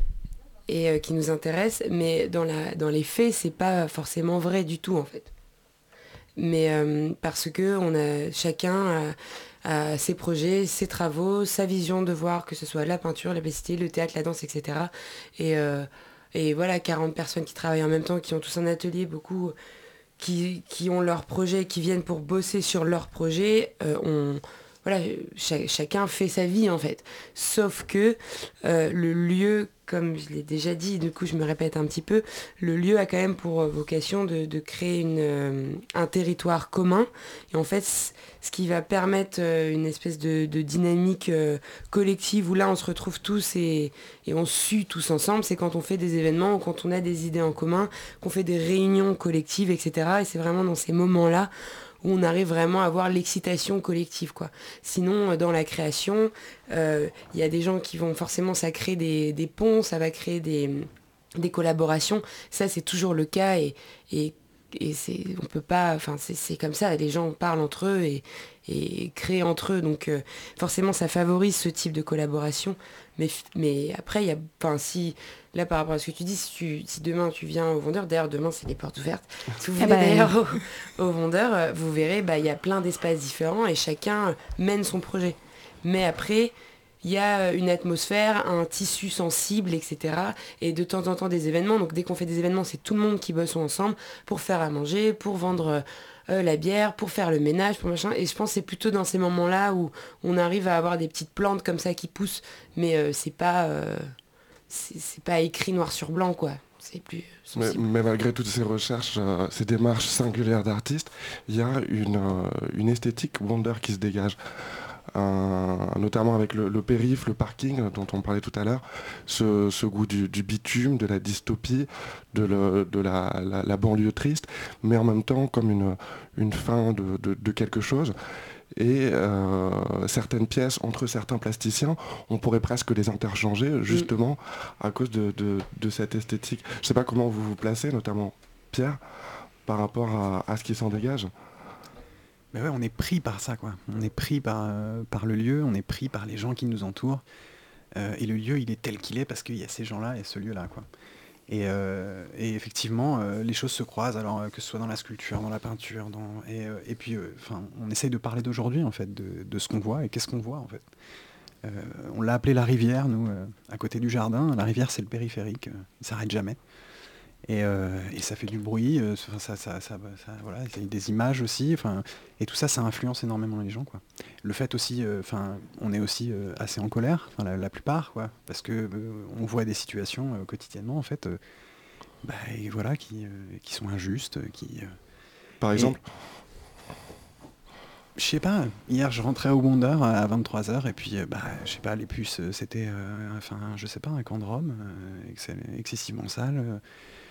et qui nous intéresse, mais dans les faits, c'est pas forcément vrai du tout, en fait. Mais parce que chacun a ses projets, ses travaux, sa vision de voir, que ce soit la peinture, la plasticité, le théâtre, la danse, etc. Et voilà, 40 personnes qui travaillent en même temps, qui ont tous un atelier, beaucoup qui ont leur projet, qui viennent pour bosser sur leur projet. Voilà, chacun fait sa vie, en fait. Sauf que le lieu, comme je l'ai déjà dit, du coup je me répète un petit peu, le lieu a quand même pour vocation de créer un territoire commun. Et en fait, ce qui va permettre une espèce de dynamique collective où là on se retrouve tous et on sue tous ensemble, c'est quand on fait des événements ou quand on a des idées en commun, qu'on fait des réunions collectives, etc. Et c'est vraiment dans ces moments-là où on arrive vraiment à avoir l'excitation collective, quoi. Sinon, dans la création, il y a des gens qui vont forcément, ça crée des ponts, ça va créer des collaborations. Ça, c'est toujours le cas et on peut pas, enfin, c'est comme ça, les gens parlent entre eux et créent entre eux. Donc, forcément, ça favorise ce type de collaboration. Mais après, il y a, enfin, là, par rapport à ce que tu dis, si demain tu viens au Vendeur, d'ailleurs demain c'est les portes ouvertes, si vous venez d'ailleurs au Vendeur, vous verrez, il y a plein d'espaces différents et chacun mène son projet. Mais après, il y a une atmosphère, un tissu sensible, etc. Et de temps en temps des événements. Donc dès qu'on fait des événements, c'est tout le monde qui bosse ensemble pour faire à manger, pour vendre la bière, pour faire le ménage, pour machin. Et je pense que c'est plutôt dans ces moments-là où on arrive à avoir des petites plantes comme ça qui poussent. Mais c'est pas écrit noir sur blanc, quoi. C'est plus sensible. Mais malgré toutes ces recherches, ces démarches singulières d'artistes, il y a une esthétique Wonder qui se dégage. Notamment avec le périph', le parking dont on parlait tout à l'heure, ce goût du bitume, de la dystopie, de la banlieue triste, mais en même temps comme une fin de quelque chose. Et certaines pièces entre certains plasticiens, on pourrait presque les interchanger justement à cause de cette esthétique. Je ne sais pas comment vous vous placez, notamment Pierre, par rapport à ce qui s'en dégage. Mais ouais, on est pris par ça, quoi. On est pris par le lieu, on est pris par les gens qui nous entourent. Et le lieu, il est tel qu'il est parce qu'il y a ces gens-là et ce lieu-là, quoi. Et effectivement, les choses se croisent, alors que ce soit dans la sculpture, dans la peinture, et puis on essaye de parler d'aujourd'hui, en fait, de ce qu'on voit et qu'est-ce qu'on voit, en fait. On l'a appelé la rivière, nous, à côté du jardin. La rivière, c'est le périphérique, il ne s'arrête jamais. Et ça fait du bruit, voilà, il y a des images aussi, et tout ça, ça influence énormément les gens, quoi. Le fait aussi, on est aussi assez en colère, la plupart, quoi, parce que on voit des situations quotidiennement, en fait, et voilà, qui sont injustes, Par exemple. Je sais pas, hier je rentrais au Wonder à 23h et puis je sais pas, les puces c'était je sais pas, un camp de Rome excessivement sale,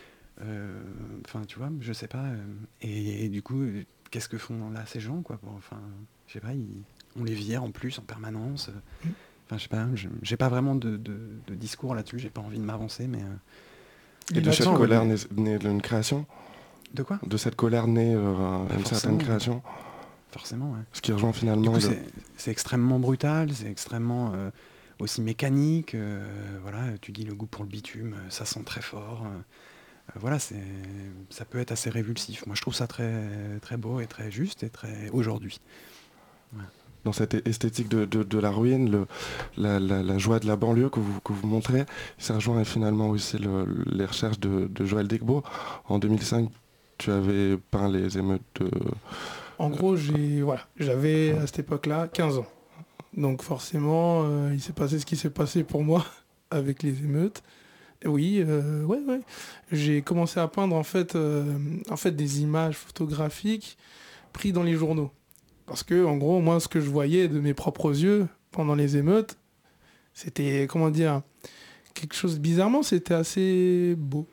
tu vois, je sais pas, et du coup qu'est-ce que font là ces gens, quoi, je sais pas, on les vire en plus en permanence, je sais pas, j'ai pas vraiment de discours là-dessus, j'ai pas envie de m'avancer, mais et de cette colère naît une création. De quoi? De cette colère naît une certaine création. Forcément, ouais. Ce qui rejoint finalement... Du coup, c'est extrêmement brutal, c'est extrêmement aussi mécanique. Voilà, tu dis le goût pour le bitume, ça sent très fort. Voilà, ça peut être assez révulsif. Moi, je trouve ça très, très beau et très juste et très aujourd'hui. Ouais. Dans cette esthétique de la ruine, la joie de la banlieue que vous montrez, ça rejoint finalement aussi les recherches de Joël Degbeau. En 2005, tu avais peint les émeutes de... En gros, j'avais à cette époque-là 15 ans. Donc forcément, il s'est passé ce qui s'est passé pour moi avec les émeutes. Et oui, ouais. J'ai commencé à peindre en fait des images photographiques prises dans les journaux. Parce que en gros, moi, ce que je voyais de mes propres yeux pendant les émeutes, c'était, comment dire, quelque chose bizarrement, c'était assez beau.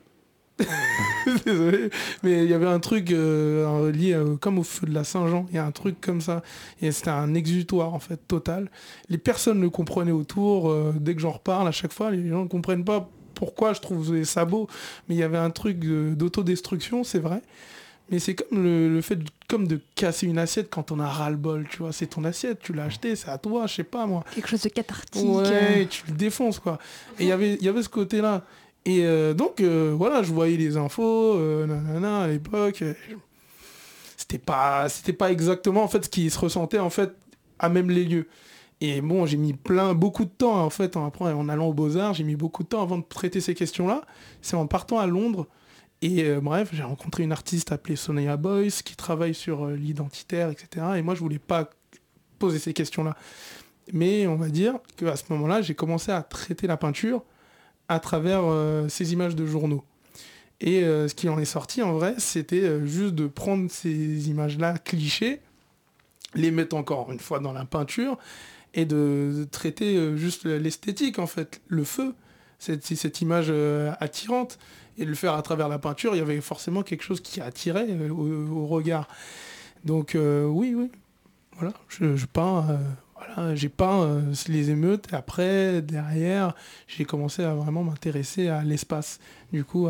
Désolé, mais il y avait un truc lié comme au feu de la Saint-Jean, il y a un truc comme ça, et c'était un exutoire en fait total. Les personnes le comprenaient autour, dès que j'en reparle à chaque fois, les gens ne comprennent pas pourquoi je trouve ça beau, mais il y avait un truc d'autodestruction, c'est vrai, mais c'est comme le fait de casser une assiette quand on a ras-le-bol, tu vois, c'est ton assiette, tu l'as acheté, c'est à toi, je sais pas moi. Quelque chose de cathartique. Ouais, tu le défonces, quoi. Et il y avait ce côté-là. Et donc, voilà, je voyais les infos, à l'époque. C'était pas exactement, en fait, ce qui se ressentait, en fait, à même les lieux. Et bon, j'ai mis beaucoup de temps, en fait, après, en allant aux Beaux-Arts, j'ai mis beaucoup de temps avant de traiter ces questions-là. C'est en partant à Londres. Et bref, j'ai rencontré une artiste appelée Sonia Boyce, qui travaille sur l'identitaire, etc. Et moi, je voulais pas poser ces questions-là. Mais on va dire qu'à ce moment-là, j'ai commencé à traiter la peinture à travers ces images de journaux. Et ce qui en est sorti, en vrai, c'était juste de prendre ces images-là clichés, les mettre encore une fois dans la peinture, et de traiter juste l'esthétique, en fait, le feu, cette image attirante, et de le faire à travers la peinture, il y avait forcément quelque chose qui attirait au regard. Donc oui, voilà, je peins... Voilà, j'ai peint les émeutes et après, derrière, j'ai commencé à vraiment m'intéresser à l'espace. Du coup,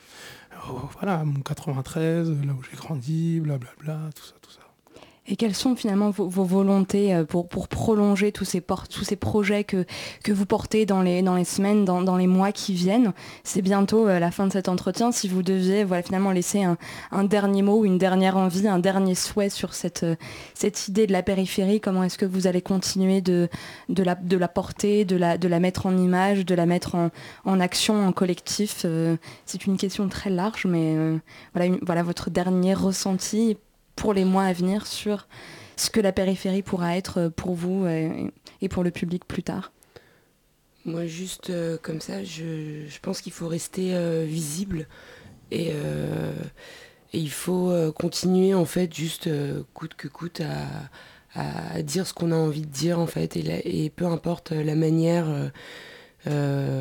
à mon 93, là où j'ai grandi, blablabla, tout ça. Et quelles sont finalement vos volontés pour prolonger tous ces projets que vous portez dans les semaines, dans les mois qui viennent? C'est bientôt la fin de cet entretien. Si vous deviez finalement laisser un dernier mot, une dernière envie, un dernier souhait sur cette idée de la périphérie, comment est-ce que vous allez continuer de la porter, de la mettre en image, de la mettre en action, en collectif? C'est une question très large, mais voilà votre dernier ressenti pour les mois à venir sur ce que la périphérie pourra être pour vous et pour le public plus tard. Moi, juste comme ça, je pense qu'il faut rester visible et il faut continuer, en fait, juste coûte que coûte à dire ce qu'on a envie de dire, en fait, et peu importe la manière dont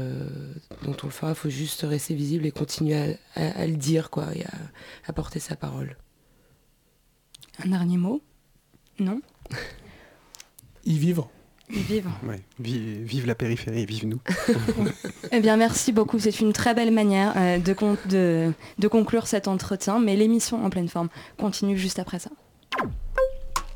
on le fera, il faut juste rester visible et continuer à le dire, quoi, et à porter sa parole. Un dernier mot? Non? Y vivre. Y vivre. Ouais. Vive la périphérie, vive nous. Eh bien, merci beaucoup. C'est une très belle manière de conclure cet entretien. Mais l'émission En Pleine Forme continue juste après ça.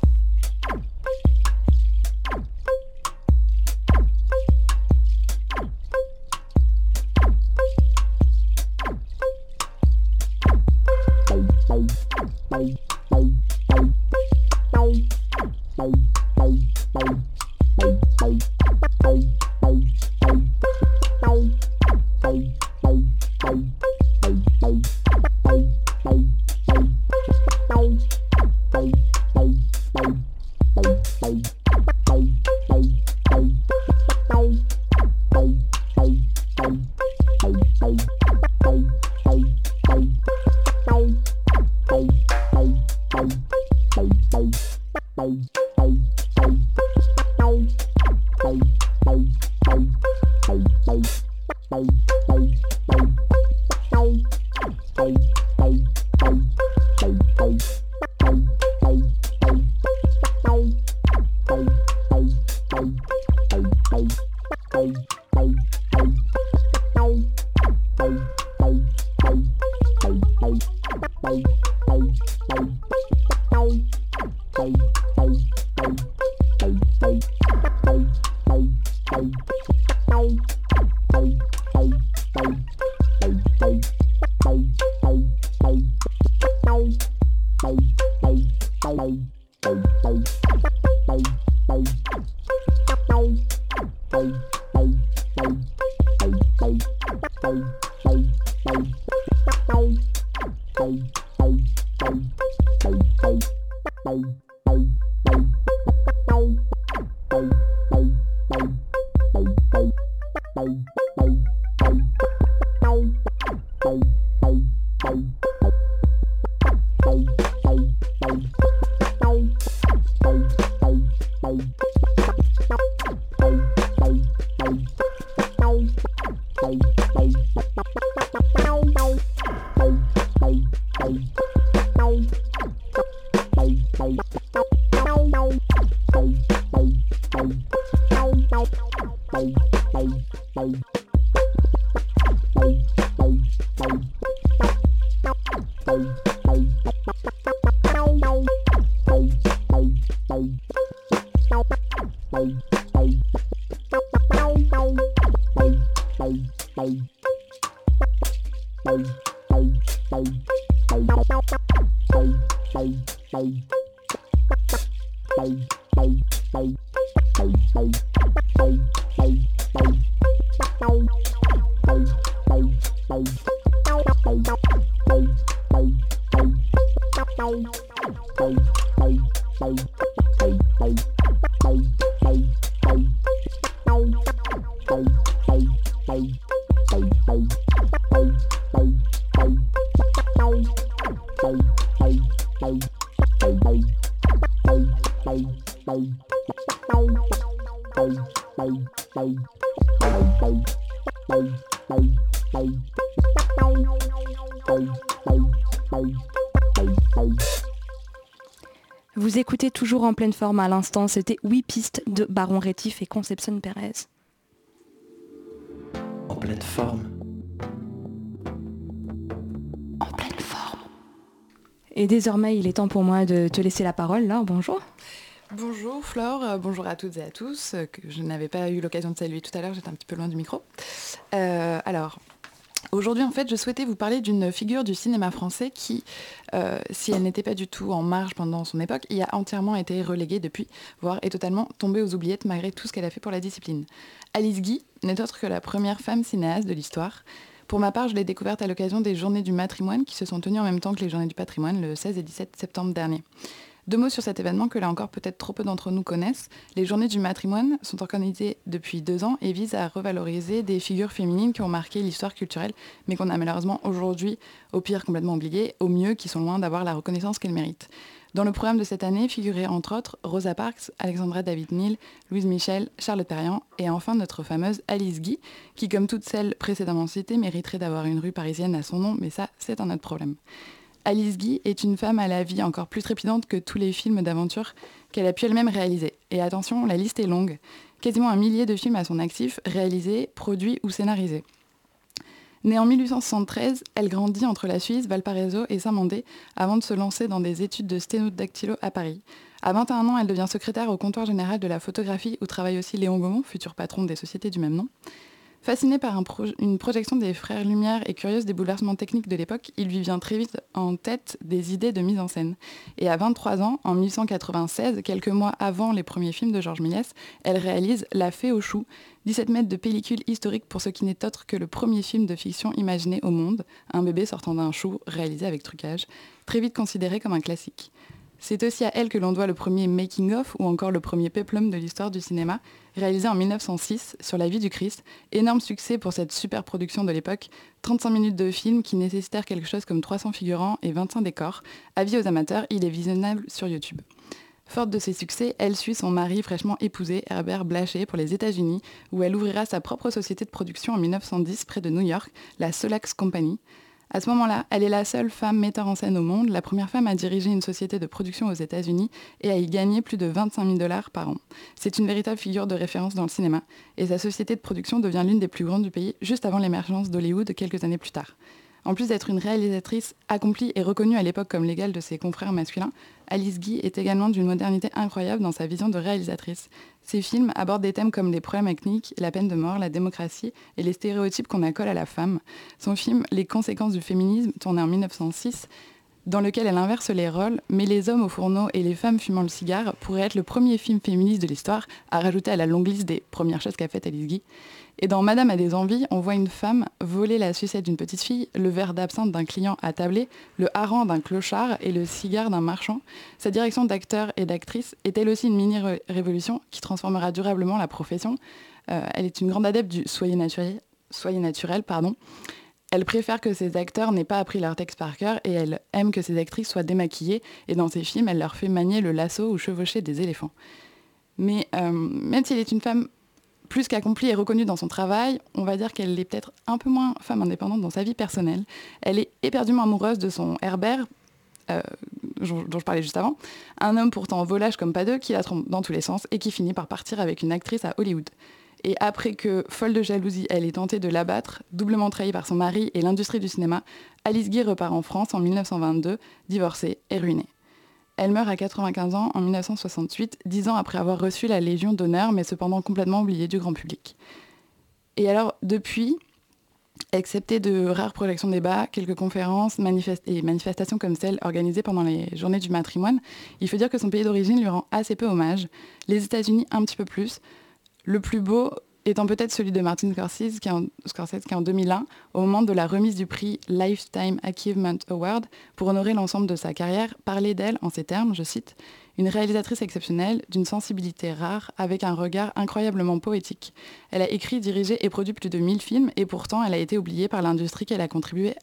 Vous écoutez toujours En pleine forme à l'instant, c'était 8 pistes de Baron Rétif et Concepción Pérez. En pleine forme. En pleine forme. Et désormais, il est temps pour moi de te laisser la parole. Laure, bonjour. Bonjour Flore, bonjour à toutes et à tous, que je n'avais pas eu l'occasion de saluer tout à l'heure, j'étais un petit peu loin du micro. Aujourd'hui, en fait, je souhaitais vous parler d'une figure du cinéma français qui, si elle n'était pas du tout en marge pendant son époque, y a entièrement été reléguée depuis, voire est totalement tombée aux oubliettes malgré tout ce qu'elle a fait pour la discipline. Alice Guy n'est autre que la première femme cinéaste de l'histoire. Pour ma part, je l'ai découverte à l'occasion des Journées du matrimoine qui se sont tenues en même temps que les Journées du patrimoine le 16 et 17 septembre dernier. 2 mots sur cet événement que là encore peut-être trop peu d'entre nous connaissent. Les Journées du matrimoine sont organisées depuis 2 ans et visent à revaloriser des figures féminines qui ont marqué l'histoire culturelle, mais qu'on a malheureusement aujourd'hui, au pire complètement oubliées, au mieux qui sont loin d'avoir la reconnaissance qu'elles méritent. Dans le programme de cette année figuraient entre autres Rosa Parks, Alexandra David-Néel, Louise Michel, Charlotte Perriand et enfin notre fameuse Alice Guy, qui comme toutes celles précédemment citées mériterait d'avoir une rue parisienne à son nom, mais ça c'est un autre problème. Alice Guy est une femme à la vie encore plus trépidante que tous les films d'aventure qu'elle a pu elle-même réaliser. Et attention, la liste est longue. Quasiment 1 millier de films à son actif, réalisés, produits ou scénarisés. Née en 1873, elle grandit entre la Suisse, Valparaiso et Saint-Mandé avant de se lancer dans des études de sténodactylo à Paris. À 21 ans, elle devient secrétaire au comptoir général de la photographie où travaille aussi Léon Gaumont, futur patron des sociétés du même nom. Fasciné par une projection des frères Lumière et curieuse des bouleversements techniques de l'époque, il lui vient très vite en tête des idées de mise en scène. Et à 23 ans, en 1896, quelques mois avant les premiers films de Georges Méliès, elle réalise La Fée aux choux, 17 mètres de pellicule historique pour ce qui n'est autre que le premier film de fiction imaginé au monde, un bébé sortant d'un chou réalisé avec trucage, très vite considéré comme un classique. C'est aussi à elle que l'on doit le premier making-of ou encore le premier péplum de l'histoire du cinéma, réalisé en 1906 sur la vie du Christ. Énorme succès pour cette super production de l'époque, 35 minutes de film qui nécessitèrent quelque chose comme 300 figurants et 25 décors. Avis aux amateurs, il est visionnable sur YouTube. Forte de ses succès, elle suit son mari fraîchement épousé, Herbert Blaché, pour les États-Unis, où elle ouvrira sa propre société de production en 1910 près de New York, la Solax Company. À ce moment-là, elle est la seule femme metteur en scène au monde, la première femme à diriger une société de production aux États-Unis et à y gagner plus de 25 000 $ par an. C'est une véritable figure de référence dans le cinéma, et sa société de production devient l'une des plus grandes du pays juste avant l'émergence d'Hollywood quelques années plus tard. En plus d'être une réalisatrice accomplie et reconnue à l'époque comme l'égale de ses confrères masculins, Alice Guy est également d'une modernité incroyable dans sa vision de réalisatrice. Ses films abordent des thèmes comme les problèmes ethniques, la peine de mort, la démocratie et les stéréotypes qu'on accole à la femme. Son film Les conséquences du féminisme, tourné en 1906, dans lequel elle inverse les rôles, met les hommes au fourneau et les femmes fumant le cigare, pourrait être le premier film féministe de l'histoire à rajouter à la longue liste des premières choses qu'a faites Alice Guy. Et dans Madame a des envies, on voit une femme voler la sucette d'une petite fille, le verre d'absinthe d'un client attablé, le hareng d'un clochard et le cigare d'un marchand. Sa direction d'acteur et d'actrice est elle aussi une mini-révolution qui transformera durablement la profession. Elle est une grande adepte du soyez naturel. Elle préfère que ses acteurs n'aient pas appris leur texte par cœur et elle aime que ses actrices soient démaquillées. Et dans ses films, elle leur fait manier le lasso ou chevaucher des éléphants. Mais même si elle est une femme plus qu'accomplie et reconnue dans son travail, on va dire qu'elle est peut-être un peu moins femme indépendante dans sa vie personnelle. Elle est éperdument amoureuse de son Herbert, dont je parlais juste avant, un homme pourtant volage comme pas deux, qui la trompe dans tous les sens et qui finit par partir avec une actrice à Hollywood. Et après que, folle de jalousie, elle ait tenté de l'abattre, doublement trahie par son mari et l'industrie du cinéma, Alice Guy repart en France en 1922, divorcée et ruinée. Elle meurt à 95 ans en 1968, 10 ans après avoir reçu la Légion d'honneur, mais cependant complètement oubliée du grand public. Et alors, depuis, excepté de rares projections de débats, quelques conférences et manifestations comme celles organisées pendant les Journées du matrimoine, il faut dire que son pays d'origine lui rend assez peu hommage, les États-Unis un petit peu plus. Le plus beau étant peut-être celui de Martin Scorsese qui en 2001, au moment de la remise du prix Lifetime Achievement Award, pour honorer l'ensemble de sa carrière, parlait d'elle en ces termes, je cite, « Une réalisatrice exceptionnelle, d'une sensibilité rare, avec un regard incroyablement poétique. Elle a écrit, dirigé et produit plus de 1000 films, et pourtant elle a été oubliée par l'industrie qu'elle a contribué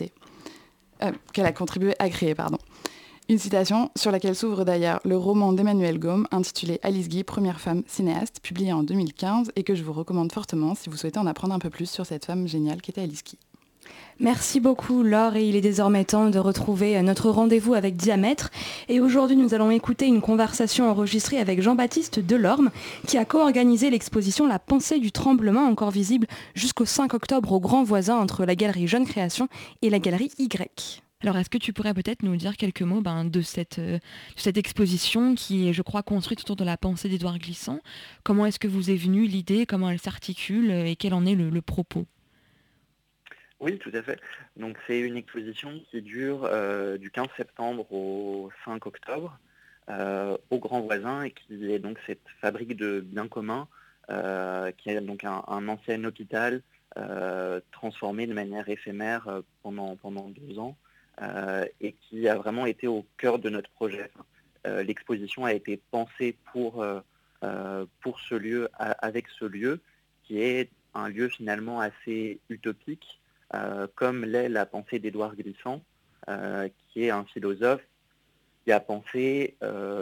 à créer. Une citation sur laquelle s'ouvre d'ailleurs le roman d'Emmanuel Gaume intitulé Alice Guy, première femme cinéaste, publié en 2015 et que je vous recommande fortement si vous souhaitez en apprendre un peu plus sur cette femme géniale qu'était Alice Guy. Merci beaucoup Laure, et il est désormais temps de retrouver notre rendez-vous avec Diamètre. Et aujourd'hui nous allons écouter une conversation enregistrée avec Jean-Baptiste Delorme qui a co-organisé l'exposition La pensée du tremblement, encore visible jusqu'au 5 octobre au Grand Voisin entre la galerie Jeune Création et la galerie Y. Alors, est-ce que tu pourrais peut-être nous dire quelques mots de cette exposition qui est, je crois, construite autour de la pensée d'Édouard Glissant ? Comment est-ce que vous est venue l'idée ? Comment elle s'articule ? Et quel en est le propos ? Oui, tout à fait. Donc, c'est une exposition qui dure du 15 septembre au 5 octobre au Grand Voisin et qui est donc cette fabrique de biens communs qui est donc un ancien hôpital transformé de manière éphémère pendant 2 ans. Et qui a vraiment été au cœur de notre projet. L'exposition a été pensée pour ce lieu, avec ce lieu, qui est un lieu finalement assez utopique, comme l'est la pensée d'Édouard Glissant, qui est un philosophe qui a pensé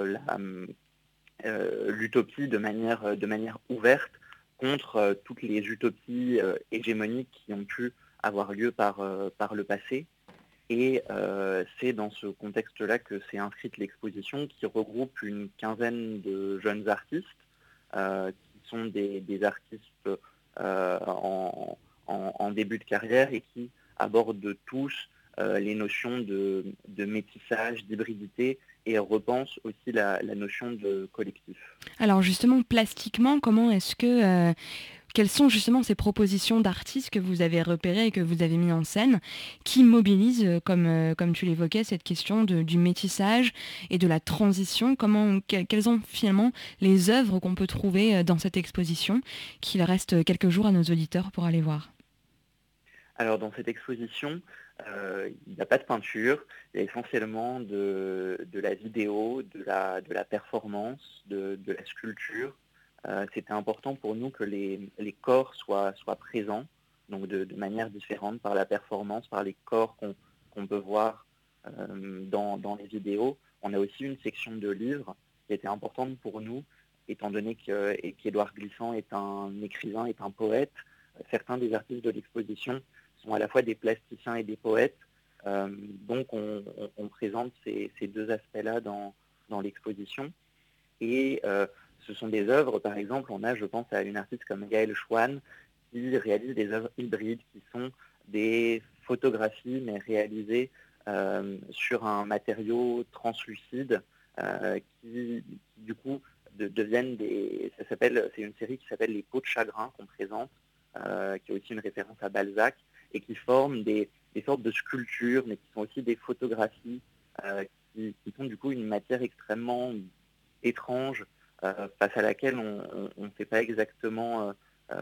l'utopie de manière ouverte contre toutes les utopies hégémoniques qui ont pu avoir lieu par le passé. Et c'est dans ce contexte-là que s'est inscrite l'exposition qui regroupe une quinzaine de jeunes artistes qui sont des artistes en début de carrière et qui abordent tous les notions de métissage, d'hybridité et repensent aussi la notion de collectif. Alors justement, plastiquement, comment est-ce que... Quelles sont justement ces propositions d'artistes que vous avez repérées et que vous avez mis en scène qui mobilisent, comme tu l'évoquais, cette question du métissage et de la transition ? Quelles sont finalement les œuvres qu'on peut trouver dans cette exposition qu'il reste quelques jours à nos auditeurs pour aller voir ? Alors dans cette exposition, il n'y a pas de peinture, il y a essentiellement de la vidéo, de la performance, de la sculpture. C'était important pour nous que les corps soient présents, donc de manière différente par la performance, par les corps qu'on peut voir dans les vidéos. On a aussi une section de livres qui était importante pour nous, étant donné qu'Édouard Glissant est un écrivain, est un poète. Certains des artistes de l'exposition sont à la fois des plasticiens et des poètes. Donc on présente ces deux aspects-là dans l'exposition. Et ce sont des œuvres, par exemple, on a, je pense à une artiste comme Gaëlle Chouane, qui réalise des œuvres hybrides, qui sont des photographies, mais réalisées sur un matériau translucide, qui du coup deviennent c'est une série qui s'appelle Les Peaux de chagrin qu'on présente, qui est aussi une référence à Balzac, et qui forment des sortes de sculptures, mais qui sont aussi des photographies, qui sont du coup une matière extrêmement étrange, face à laquelle on ne sait pas exactement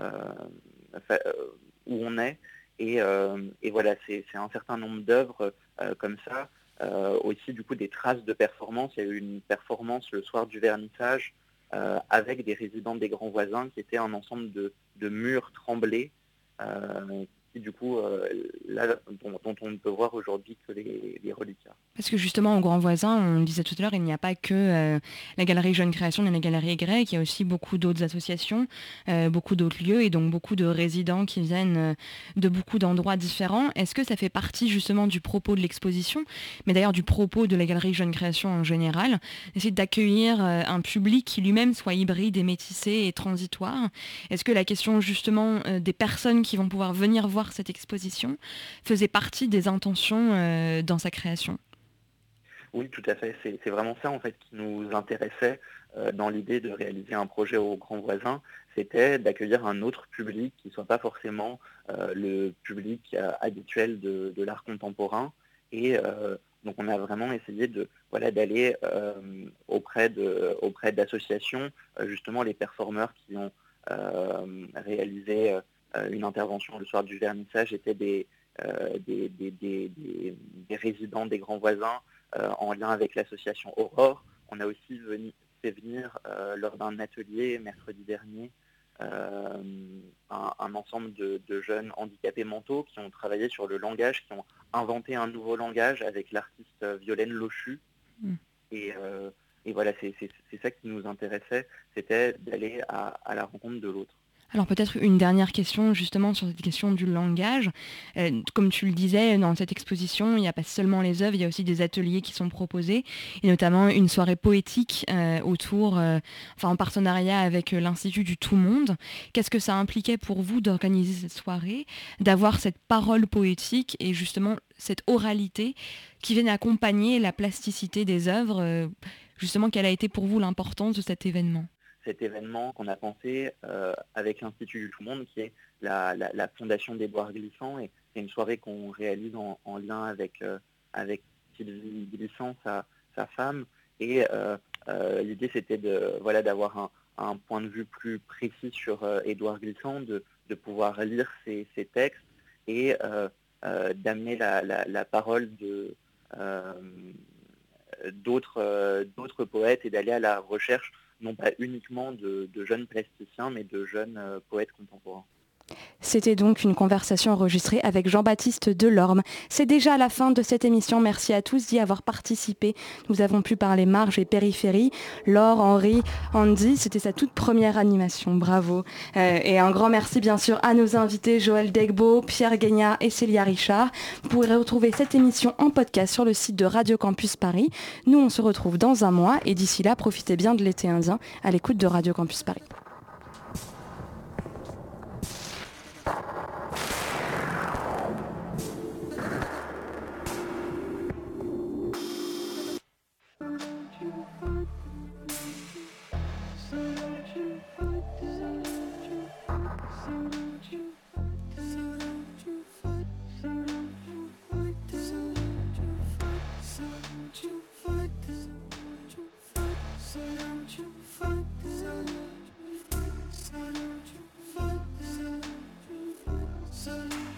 où on est. Et voilà, c'est un certain nombre d'œuvres comme ça. Aussi du coup des traces de performance. Il y a eu une performance le soir du vernissage avec des résidents des Grands Voisins, qui était un ensemble de murs tremblés, qui du coup, là, dont on ne peut voir aujourd'hui que les reliquats. Parce que justement, au Grand Voisin, on le disait tout à l'heure, il n'y a pas que la Galerie Jeune Création et la Galerie Grecque, il y a aussi beaucoup d'autres associations, beaucoup d'autres lieux, et donc beaucoup de résidents qui viennent de beaucoup d'endroits différents. Est-ce que ça fait partie justement du propos de l'exposition, mais d'ailleurs du propos de la Galerie Jeune Création en général, d'essayer d'accueillir un public qui lui-même soit hybride et métissé et transitoire? Est-ce que la question justement des personnes qui vont pouvoir venir voir cette exposition faisait partie des intentions dans sa création? Oui, tout à fait. C'est vraiment ça en fait qui nous intéressait dans l'idée de réaliser un projet au Grand Voisin. C'était d'accueillir un autre public qui ne soit pas forcément le public habituel de l'art contemporain. Et donc on a vraiment essayé d'aller auprès d'associations, justement les performeurs qui ont réalisé une intervention le soir du vernissage étaient des résidents des Grands Voisins en lien avec l'association Aurore. On a aussi fait venir lors d'un atelier mercredi dernier un ensemble de jeunes handicapés mentaux qui ont travaillé sur le langage, qui ont inventé un nouveau langage avec l'artiste Violaine Lochu. Et voilà, c'est ça qui nous intéressait, c'était d'aller à la rencontre de l'autre. Alors peut-être une dernière question justement sur cette question du langage. Comme tu le disais, dans cette exposition, il n'y a pas seulement les œuvres, il y a aussi des ateliers qui sont proposés, et notamment une soirée poétique en partenariat avec l'Institut du Tout-Monde. Qu'est-ce que ça impliquait pour vous d'organiser cette soirée, d'avoir cette parole poétique et justement cette oralité qui viennent accompagner la plasticité des œuvres? Justement, quelle a été pour vous l'importance de cet événement? Cet événement qu'on a pensé avec l'Institut du Tout-Monde, qui est la fondation d'Édouard Glissant, et c'est une soirée qu'on réalise en lien avec Sylvie Glissant, sa femme, et l'idée c'était d'avoir un point de vue plus précis sur Édouard Glissant, de pouvoir lire ses textes et d'amener la parole d'autres poètes et d'aller à la recherche non pas uniquement de jeunes plasticiens, mais de jeunes poètes contemporains. C'était donc une conversation enregistrée avec Jean-Baptiste Delorme. C'est déjà la fin de cette émission. Merci à tous d'y avoir participé. Nous avons pu parler marge et périphérie. Laure, Henri, Andy, c'était sa toute première animation. Bravo. Et un grand merci bien sûr à nos invités Joël Degbeau, Pierre Guignard et Célia Richard. Vous pourrez retrouver cette émission en podcast sur le site de Radio Campus Paris. Nous, on se retrouve dans un mois et d'ici là, profitez bien de l'été indien à l'écoute de Radio Campus Paris. So